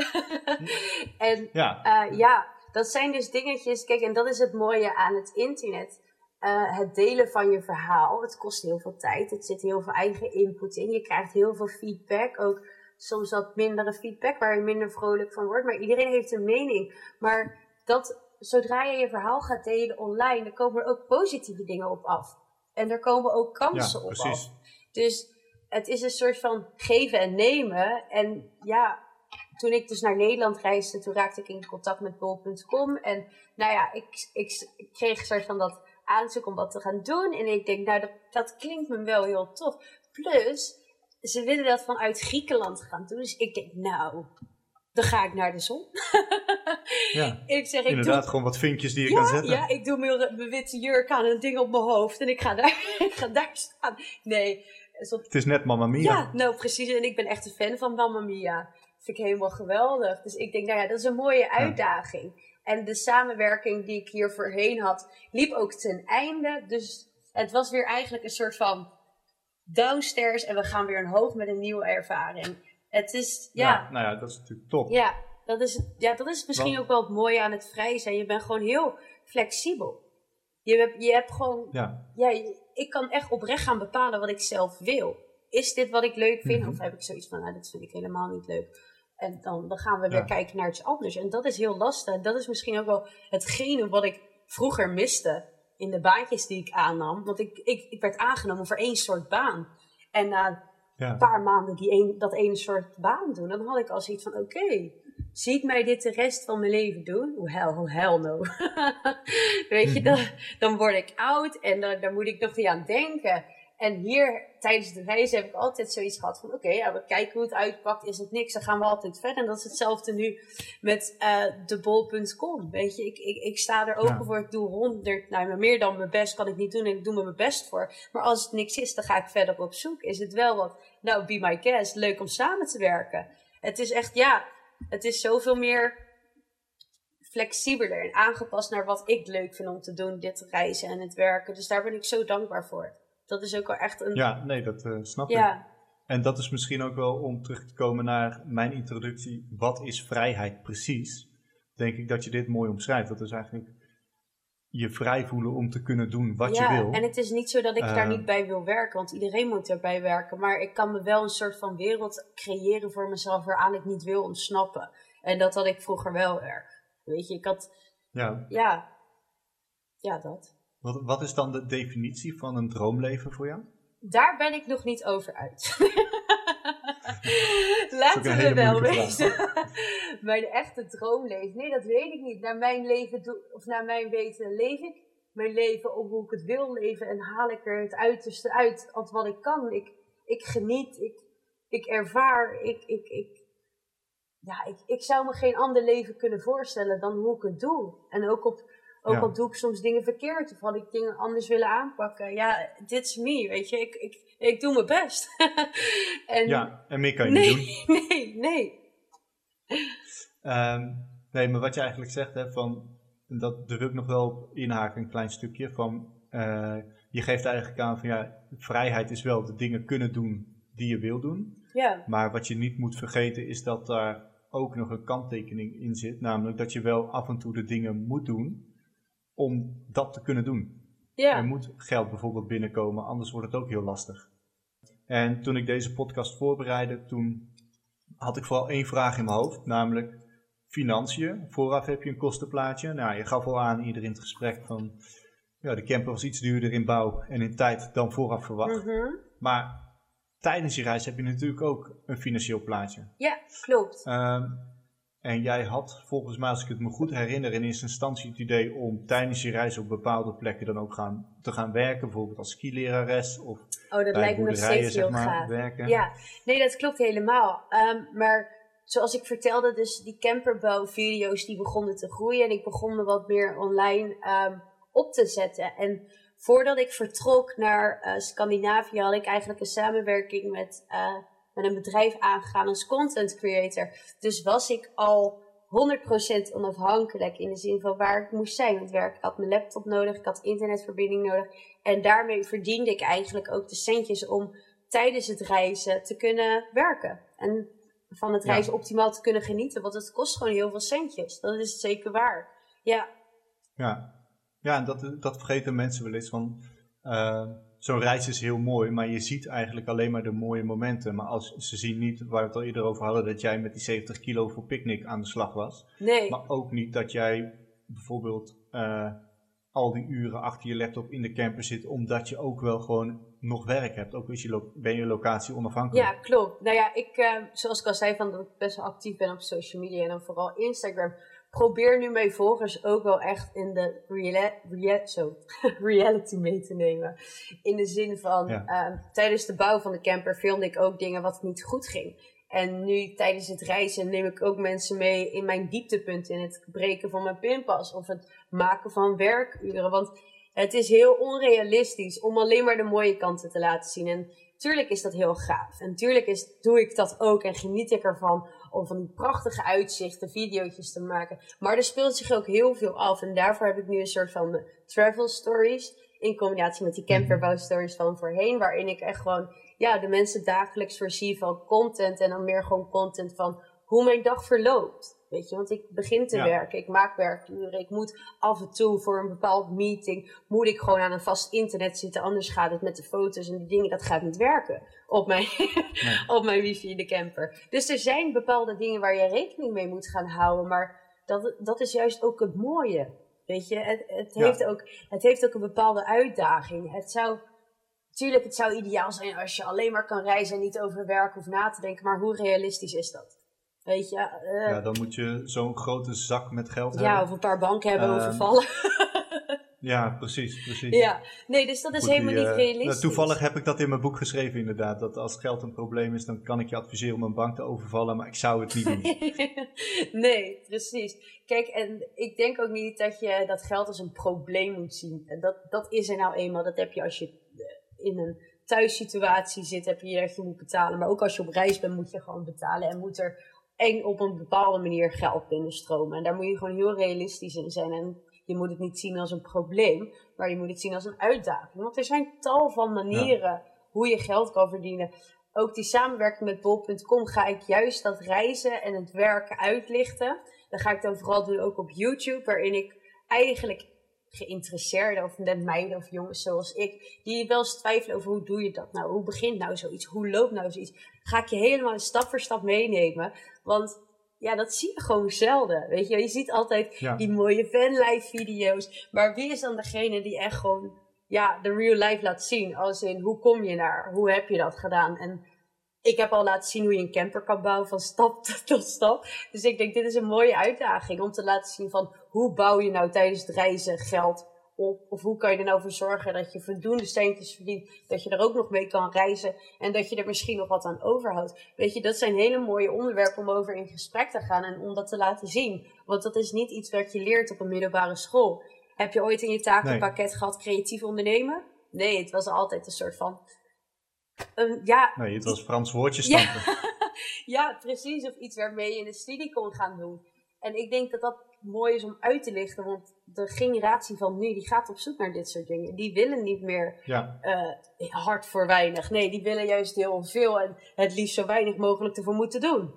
en ja. Uh, ja, dat zijn dus dingetjes, kijk, en dat is het mooie aan het internet. Uh, het delen van je verhaal, het kost heel veel tijd. Het zit heel veel eigen input in. Je krijgt heel veel feedback. Ook soms wat mindere feedback waar je minder vrolijk van wordt. Maar iedereen heeft een mening. Maar dat, zodra je je verhaal gaat delen online, dan komen er ook positieve dingen op af. En er komen ook kansen ja, op af. Dus het is een soort van geven en nemen. En ja, toen ik dus naar Nederland reisde, toen raakte ik in contact met bol punt com. En nou ja, ik, ik, ik kreeg een soort van dat aanzoek om wat te gaan doen. En ik denk, nou, dat, dat klinkt me wel heel tof. Plus, ze willen dat vanuit Griekenland gaan doen. Dus ik denk, nou, dan ga ik naar de zon. Ja, ik zeg, ik inderdaad, doe, gewoon wat vinkjes die je ja, kan zetten. Ja, ik doe mijn, mijn witte jurk aan en een ding op mijn hoofd. En ik ga daar, ik ga daar staan. Nee. Op, het is net Mamma Mia. Ja, nou precies. En ik ben echt een fan van Mamma Mia. Dat vind ik helemaal geweldig. Dus ik denk, nou ja, dat is een mooie uitdaging. Ja. En de samenwerking die ik hier voorheen had, liep ook ten einde. Dus het was weer eigenlijk een soort van downstairs en we gaan weer omhoog met een nieuwe ervaring. Het is, ja. ja nou ja, dat is natuurlijk top. Ja, dat is, ja, dat is misschien Want, ook wel het mooie aan het vrij zijn. Je bent gewoon heel flexibel. Je hebt, je hebt gewoon, ja. ja, ik kan echt oprecht gaan bepalen wat ik zelf wil. Is dit wat ik leuk vind? Mm-hmm. Of heb ik zoiets van, nou, dat vind ik helemaal niet leuk. En dan, dan gaan we weer ja. kijken naar iets anders. En dat is heel lastig. Dat is misschien ook wel hetgene wat ik vroeger miste in de baantjes die ik aannam. Want ik, ik, ik werd aangenomen voor één soort baan. En na ja. een paar maanden die een, dat ene soort baan doen, dan had ik al zoiets van, oké, okay, zie ik mij dit de rest van mijn leven doen? Oh hell, oh hell no. Weet je, dan, dan word ik oud en dan, daar moet ik nog niet aan denken. En hier, tijdens de reis, heb ik altijd zoiets gehad van, oké, okay, ja, we kijken hoe het uitpakt, is het niks, dan gaan we altijd verder. En dat is hetzelfde nu met uh, de bol punt com, weet je. Ik, ik, ik sta er open ja. voor, ik doe honderd, nou, meer dan mijn best kan ik niet doen en ik doe er mijn best voor. Maar als het niks is, dan ga ik verder op zoek. Is het wel wat, nou, be my guest, leuk om samen te werken. Het is echt, ja, het is zoveel meer flexibeler en aangepast naar wat ik leuk vind om te doen, dit reizen en het werken. Dus daar ben ik zo dankbaar voor. Dat is ook wel echt een... Ja, nee, dat uh, snap ja. ik. En dat is misschien ook wel om terug te komen naar mijn introductie. Wat is vrijheid precies? Denk ik dat je dit mooi omschrijft. Dat is eigenlijk je vrij voelen om te kunnen doen wat ja, je wil. En het is niet zo dat ik uh, daar niet bij wil werken. Want iedereen moet erbij werken. Maar ik kan me wel een soort van wereld creëren voor mezelf waaraan ik niet wil ontsnappen. En dat had ik vroeger wel erg. Weet je, ik had... Ja. Ja, ja dat. Wat, wat is dan de definitie van een droomleven voor jou? Daar ben ik nog niet over uit. Laten we wel weten. Mijn echte droomleven. Nee, dat weet ik niet. Naar mijn leven, do- of naar mijn weten, leef ik mijn leven op hoe ik het wil leven. En haal ik er het uiterste uit als wat ik kan. Ik, ik geniet, ik, ik ervaar, ik, ik, ik, ja, ik, ik zou me geen ander leven kunnen voorstellen dan hoe ik het doe. En ook, op, ook Ja. al doe ik soms dingen verkeerd of had ik dingen anders willen aanpakken. Ja, dit is me, weet je. Ik, ik, ik doe mijn best. en, Ja, en meer kan je nee, niet doen. nee, nee. Um, nee, maar wat je eigenlijk zegt, hè, van, dat, daar wil ik nog wel op inhaken, een klein stukje. Van, uh, je geeft eigenlijk aan van ja, vrijheid is wel de dingen kunnen doen die je wil doen. Ja. Maar wat je niet moet vergeten is dat daar ook nog een kanttekening in zit. Namelijk dat je wel af en toe de dingen moet doen om dat te kunnen doen. Ja. Er moet geld bijvoorbeeld binnenkomen, anders wordt het ook heel lastig. En toen ik deze podcast voorbereidde, toen had ik vooral één vraag in mijn hoofd, namelijk financiën. Vooraf heb je een kostenplaatje. Nou, je gaf al aan ieder in het gesprek van, ja, de camper was iets duurder in bouw en in tijd dan vooraf verwacht. Mm-hmm. Maar tijdens je reis heb je natuurlijk ook een financieel plaatje. Ja, klopt. Um, en jij had volgens mij, als ik het me goed herinner, in eerste instantie het idee om tijdens je reis op bepaalde plekken dan ook gaan, te gaan werken. Bijvoorbeeld als skilerares of oh, dat bij lijkt me nog boerderijen, steeds heel zeg maar, gaaf. werken. Ja, nee, dat klopt helemaal. Um, maar zoals ik vertelde, dus die camperbouwvideo's die begonnen te groeien. En ik begon me wat meer online um, op te zetten. En voordat ik vertrok naar uh, Scandinavië had ik eigenlijk een samenwerking met, uh, met een bedrijf aangegaan als content creator. Dus was ik al honderd procent onafhankelijk in de zin van waar ik moest zijn met werk. Ik had mijn laptop nodig, ik had internetverbinding nodig. En daarmee verdiende ik eigenlijk ook de centjes om tijdens het reizen te kunnen werken. En van het reizen ja. optimaal te kunnen genieten. Want het kost gewoon heel veel centjes. Dat is zeker waar. Ja. Ja. Ja, en dat, dat vergeten mensen wel eens. Van, uh, zo'n reis is heel mooi, maar je ziet eigenlijk alleen maar de mooie momenten. Maar als, ze zien niet, waar we het al eerder over hadden, dat jij met die zeventig kilo voor picknick aan de slag was. Nee. Maar ook niet dat jij bijvoorbeeld uh, al die uren achter je laptop in de camper zit, omdat je ook wel gewoon nog werk hebt. Ook is je lo- ben je locatie onafhankelijk. Ja, klopt. Nou ja, ik, uh, zoals ik al zei, van dat ik best wel actief ben op social media en dan vooral Instagram. Probeer nu mijn volgers ook wel echt in de reali- rea- zo, reality mee te nemen. In de zin van, ja. uh, tijdens de bouw van de camper filmde ik ook dingen wat niet goed ging. En nu tijdens het reizen neem ik ook mensen mee in mijn dieptepunten. In het breken van mijn pinpas of het maken van werkuren. Want het is heel onrealistisch om alleen maar de mooie kanten te laten zien. En tuurlijk is dat heel gaaf. En tuurlijk is, doe ik dat ook en geniet ik ervan om van die prachtige uitzichten, video's te maken. Maar er speelt zich ook heel veel af. En daarvoor heb ik nu een soort van de travel stories. In combinatie met die camperbouw stories van voorheen. Waarin ik echt gewoon ja, de mensen dagelijks voorzie van content. En dan meer gewoon content van hoe mijn dag verloopt. Weet je, want ik begin te ja. werken, ik maak werkuren, ik moet af en toe voor een bepaald meeting, moet ik gewoon aan een vast internet zitten, anders gaat het met de foto's en die dingen, dat gaat niet werken op mijn, nee. op mijn wifi in de camper. Dus er zijn bepaalde dingen waar je rekening mee moet gaan houden, maar dat, dat is juist ook het mooie, weet je. Het, het, ja. heeft ook, het heeft ook een bepaalde uitdaging. Het zou, tuurlijk, het zou ideaal zijn als je alleen maar kan reizen en niet over werk hoeft na te denken, maar hoe realistisch is dat? Weet je, uh, ja, dan moet je zo'n grote zak met geld ja, hebben. Ja, of een paar banken hebben uh, overvallen. Ja, precies, precies. Ja, nee, dus dat is Goed, helemaal die, niet uh, realistisch. Toevallig heb ik dat in mijn boek geschreven inderdaad. Dat als geld een probleem is, dan kan ik je adviseren om een bank te overvallen. Maar ik zou het niet doen. Nee, precies. Kijk, en ik denk ook niet dat je dat geld als een probleem moet zien. En dat, dat is er nou eenmaal. Dat heb je als je in een thuissituatie zit, heb je dat je moet betalen. Maar ook als je op reis bent, moet je gewoon betalen. En moet er en op een bepaalde manier geld binnenstromen. En daar moet je gewoon heel realistisch in zijn. En je moet het niet zien als een probleem, maar je moet het zien als een uitdaging. Want er zijn tal van manieren ja. hoe je geld kan verdienen. Ook die samenwerking met bol punt com ga ik juist dat reizen en het werken uitlichten. Dat ga ik dan vooral doen ook op YouTube, waarin ik eigenlijk geïnteresseerden of net meiden of jongens zoals ik, die wel eens twijfelen over hoe doe je dat nou, hoe begint nou zoiets, hoe loopt nou zoiets, ga ik je helemaal stap voor stap meenemen, want ja, dat zie je gewoon zelden. Weet je, je ziet altijd Ja. die mooie vanlife video's. Maar wie is dan degene die echt gewoon, ja, de real life laat zien? Als in, hoe kom je naar? Hoe heb je dat gedaan? En ik heb al laten zien hoe je een camper kan bouwen van stap tot stap. Dus ik denk, dit is een mooie uitdaging om te laten zien van, hoe bouw je nou tijdens het reizen geld op? Of hoe kan je er nou voor zorgen dat je voldoende centjes verdient, dat je er ook nog mee kan reizen en dat je er misschien nog wat aan overhoudt. Weet je, dat zijn hele mooie onderwerpen om over in gesprek te gaan en om dat te laten zien. Want dat is niet iets wat je leert op een middelbare school. Heb je ooit in je takenpakket nee. gehad creatief ondernemen? Nee, het was altijd een soort van... Um, ja, nee, het was Frans woordjes stampen. Ja, ja, precies. Of iets waarmee je een studie kon gaan doen. En ik denk dat dat mooi is om uit te lichten. Want de generatie van nu, die gaat op zoek naar dit soort dingen. Die willen niet meer ja. uh, hard voor weinig. Nee, die willen juist heel veel en het liefst zo weinig mogelijk ervoor moeten doen.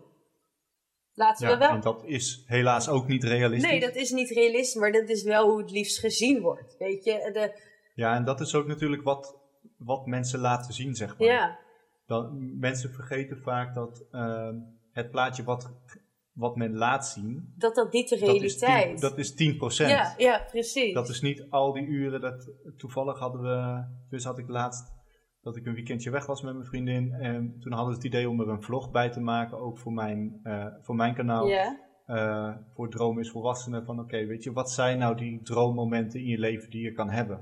Laten ja, we wel... En dat is helaas ook niet realistisch. Nee, dat is niet realistisch, maar dat is wel hoe het liefst gezien wordt. Weet je? De... Ja, en dat is ook natuurlijk wat, wat mensen laten zien, zeg maar. Ja. Dan, mensen vergeten vaak dat uh, het plaatje wat, wat men laat zien... Dat dat niet de realiteit is. Dat is tien procent. Ja, ja, precies. Dat is niet al die uren. Dat, toevallig hadden we... Dus had ik laatst dat ik een weekendje weg was met mijn vriendin. En toen hadden we het idee om er een vlog bij te maken. Ook voor mijn, uh, voor mijn kanaal. Ja. Uh, voor Droom is Volwassenen. Van oké, okay, weet je, wat zijn nou die droommomenten in je leven die je kan hebben?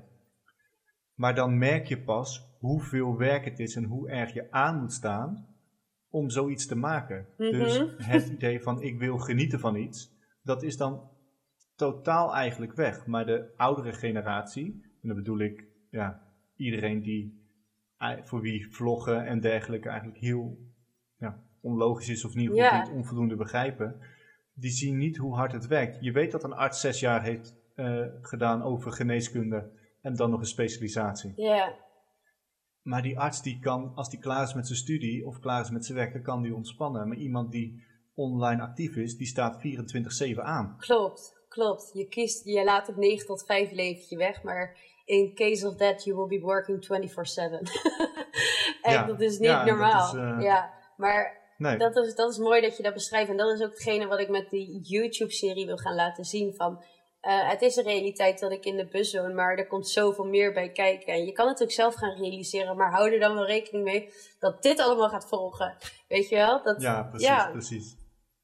Maar dan merk je pas hoeveel werk het is en hoe erg je aan moet staan om zoiets te maken. Mm-hmm. Dus het idee van ik wil genieten van iets, dat is dan totaal eigenlijk weg. Maar de oudere generatie, en dan bedoel ik ja, iedereen die voor wie vloggen en dergelijke eigenlijk heel ja, onlogisch is of in ieder geval yeah. onvoldoende begrijpen, die zien niet hoe hard het werkt. Je weet dat een arts zes jaar heeft uh, gedaan over geneeskunde en dan nog een specialisatie. Ja. Yeah. Maar die arts die kan, als die klaar is met zijn studie of klaar is met zijn werk, dan kan die ontspannen. Maar iemand die online actief is, die staat vierentwintig zeven aan. Klopt, klopt. Je kiest, je laat het negen tot vijf leventje weg, maar in case of that, you will be working twenty-four seven. En ja, dat is niet ja, normaal. Is, uh, ja, maar nee. dat, is, dat is mooi dat je dat beschrijft. En dat is ook hetgene wat ik met die YouTube-serie wil gaan laten zien van... Uh, het is een realiteit dat ik in de bus woon, maar er komt zoveel meer bij kijken. En je kan het ook zelf gaan realiseren, maar hou er dan wel rekening mee dat dit allemaal gaat volgen. Weet je wel? Dat, ja, precies, ja. precies.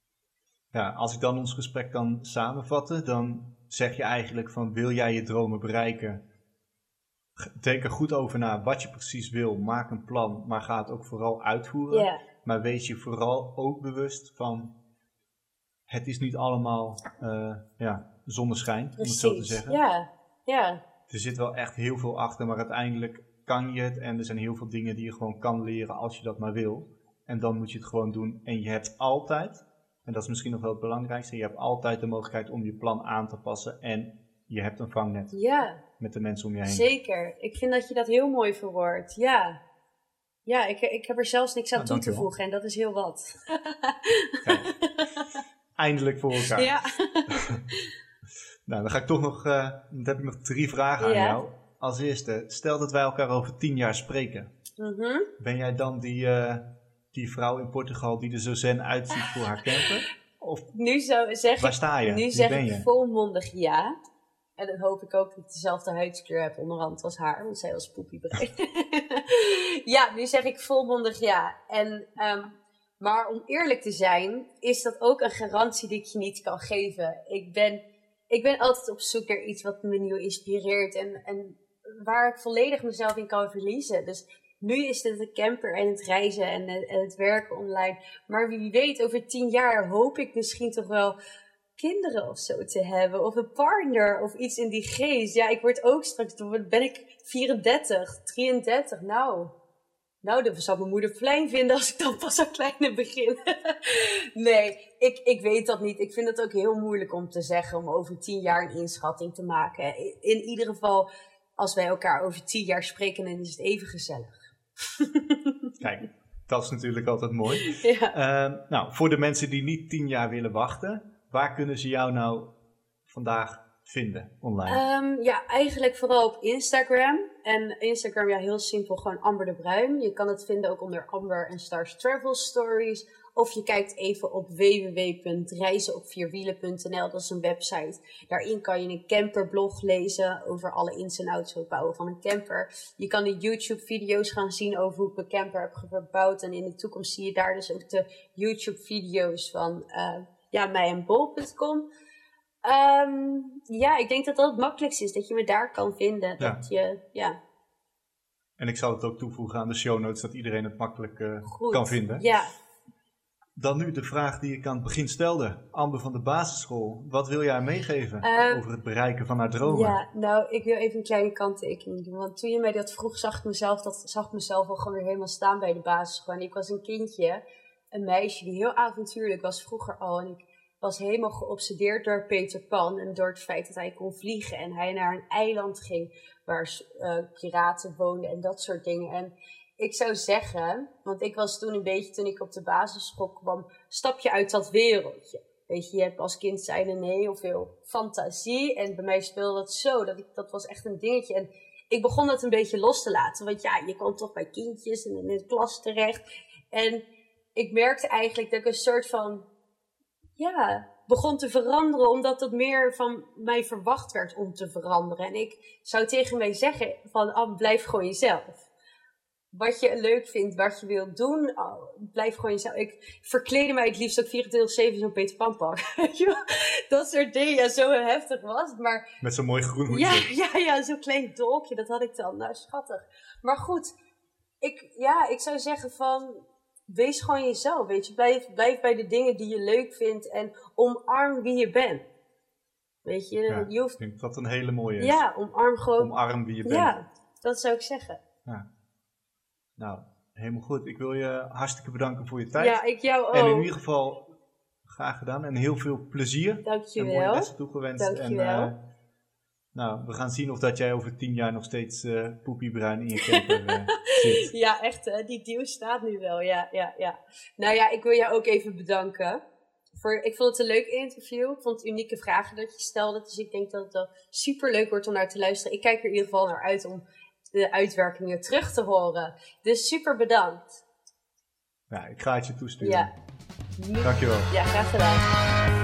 Ja, als ik dan ons gesprek kan samenvatten, dan zeg je eigenlijk van, wil jij je dromen bereiken? Denk er goed over na wat je precies wil, maak een plan, maar ga het ook vooral uitvoeren. Yeah. Maar wees je vooral ook bewust van, het is niet allemaal, uh, ja... zonneschijn, om het zo te zeggen. Ja, ja. Er zit wel echt heel veel achter, maar uiteindelijk kan je het. En er zijn heel veel dingen die je gewoon kan leren als je dat maar wil. En dan moet je het gewoon doen. En je hebt altijd, en dat is misschien nog wel het belangrijkste, je hebt altijd de mogelijkheid om je plan aan te passen. En je hebt een vangnet. Ja. Met de mensen om je heen. Zeker. Ik vind dat je dat heel mooi verwoordt. Ja. Ja, ik, ik heb er zelfs niks aan nou, toe te voegen. En dat is heel wat. Kijk, eindelijk voor elkaar. Ja. Nou, dan ga ik toch nog, uh, dan heb ik nog drie vragen aan ja. jou. Als eerste, stel dat wij elkaar over tien jaar spreken. Mm-hmm. Ben jij dan die, uh, die vrouw in Portugal die er zo zen uitziet voor haar camper? Of nu zou, zeg waar sta je? Nu Wie zeg ben ik je? volmondig ja. En dan hoop ik ook dat ik dezelfde huidskleur heb onderhand als haar, want zij was poepiebrein. Ja, nu zeg ik volmondig ja. En, um, maar om eerlijk te zijn, is dat ook een garantie die ik je niet kan geven. Ik ben... Ik ben altijd op zoek naar iets wat me nieuw inspireert en, en waar ik volledig mezelf in kan verliezen. Dus nu is het de camper en het reizen en, en het werken online. Maar wie weet, over tien jaar hoop ik misschien toch wel kinderen of zo te hebben. Of een partner of iets in die geest. Ja, ik word ook straks, dan ben ik vierendertig, drieëndertig. Nou, nou, dat zou mijn moeder fijn vinden als ik dan pas zo kleine begin. Nee, ik, ik weet dat niet. Ik vind het ook heel moeilijk om te zeggen, om over tien jaar een inschatting te maken. In ieder geval, als wij elkaar over tien jaar spreken, dan is het even gezellig. Kijk, dat is natuurlijk altijd mooi. Ja. Uh, nou, voor de mensen die niet tien jaar willen wachten, waar kunnen ze jou nou vandaag vinden online? Um, ja, eigenlijk vooral op Instagram. En Instagram, ja, heel simpel, gewoon Amber de Bruin. Je kan het vinden ook onder Amber en Stars Travel Stories. Of je kijkt even op w w w punt reizen op vier wielen punt n l. Dat is een website. Daarin kan je een camperblog lezen over alle ins en outs van het bouwen van een camper. Je kan de YouTube-video's gaan zien over hoe ik mijn camper heb gebouwd. En in de toekomst zie je daar dus ook de YouTube-video's van uh, ja, mij en bol punt com. Um, ja, ik denk dat dat het makkelijkste is. Dat je me daar kan vinden. Ja. Dat je, ja. En ik zal het ook toevoegen aan de show notes, dat iedereen het makkelijk uh, kan vinden. Ja. Dan nu de vraag die ik aan het begin stelde. Amber van de basisschool. Wat wil jij meegeven uh, over het bereiken van haar dromen? Ja, nou, ik wil even een kleine kanttekening doen. Want toen je mij dat vroeg, zag ik mezelf, dat, zag ik mezelf al gewoon weer helemaal staan bij de basisschool. En ik was een kindje, een meisje die heel avontuurlijk was vroeger al. En ik was helemaal geobsedeerd door Peter Pan en door het feit dat hij kon vliegen. En hij naar een eiland ging waar uh, piraten woonden en dat soort dingen. En ik zou zeggen, want ik was toen een beetje, toen ik op de basisschool kwam, stap je uit dat wereldje. Weet je, je hebt als kind zijde nee heel veel fantasie. En bij mij speelde dat zo, dat, ik, dat was echt een dingetje. En ik begon dat een beetje los te laten. Want ja, je kwam toch bij kindjes en in de klas terecht. En ik merkte eigenlijk dat ik een soort van, ja, begon te veranderen. Omdat het meer van mij verwacht werd om te veranderen. En ik zou tegen mij zeggen van, oh, blijf gewoon jezelf. Wat je leuk vindt, wat je wilt doen, oh, blijf gewoon jezelf. Ik verkleedde mij het liefst ook vierentwintig zeven zo'n Peter Pan pak. Dat soort dingen, ja, zo heftig was het. Maar met zo'n mooi groen hoedje. Ja, ja, ja, zo'n klein dolkje, dat had ik dan. Nou, schattig. Maar goed, ik, ja, ik zou zeggen van, wees gewoon jezelf, weet je. Blijf, blijf bij de dingen die je leuk vindt en omarm wie je bent. Weet je, ja, je hoeft... ik denk dat dat een hele mooie is. Ja, omarm gewoon. Omarm wie je bent. Ja, dat zou ik zeggen. Ja. Nou, helemaal goed. Ik wil je hartstikke bedanken voor je tijd. Ja, ik jou ook. En in ieder geval graag gedaan en heel veel plezier. Dankjewel. En mooie lessen toegewenst. Dankjewel. En, uh, nou, we gaan zien of dat jij over tien jaar nog steeds uh, poepiebruin in je camper uh, zit. Ja, echt hè. Die deal staat nu wel. Ja, ja, ja. Nou ja, ik wil jou ook even bedanken. Voor, ik vond het een leuk interview. Ik vond het unieke vragen dat je stelde. Dus ik denk dat het wel super leuk wordt om naar te luisteren. Ik kijk er in ieder geval naar uit om de uitwerkingen terug te horen. Dus super bedankt. Ja, ik ga het je toesturen. Ja. Dankjewel. Ja, graag gedaan.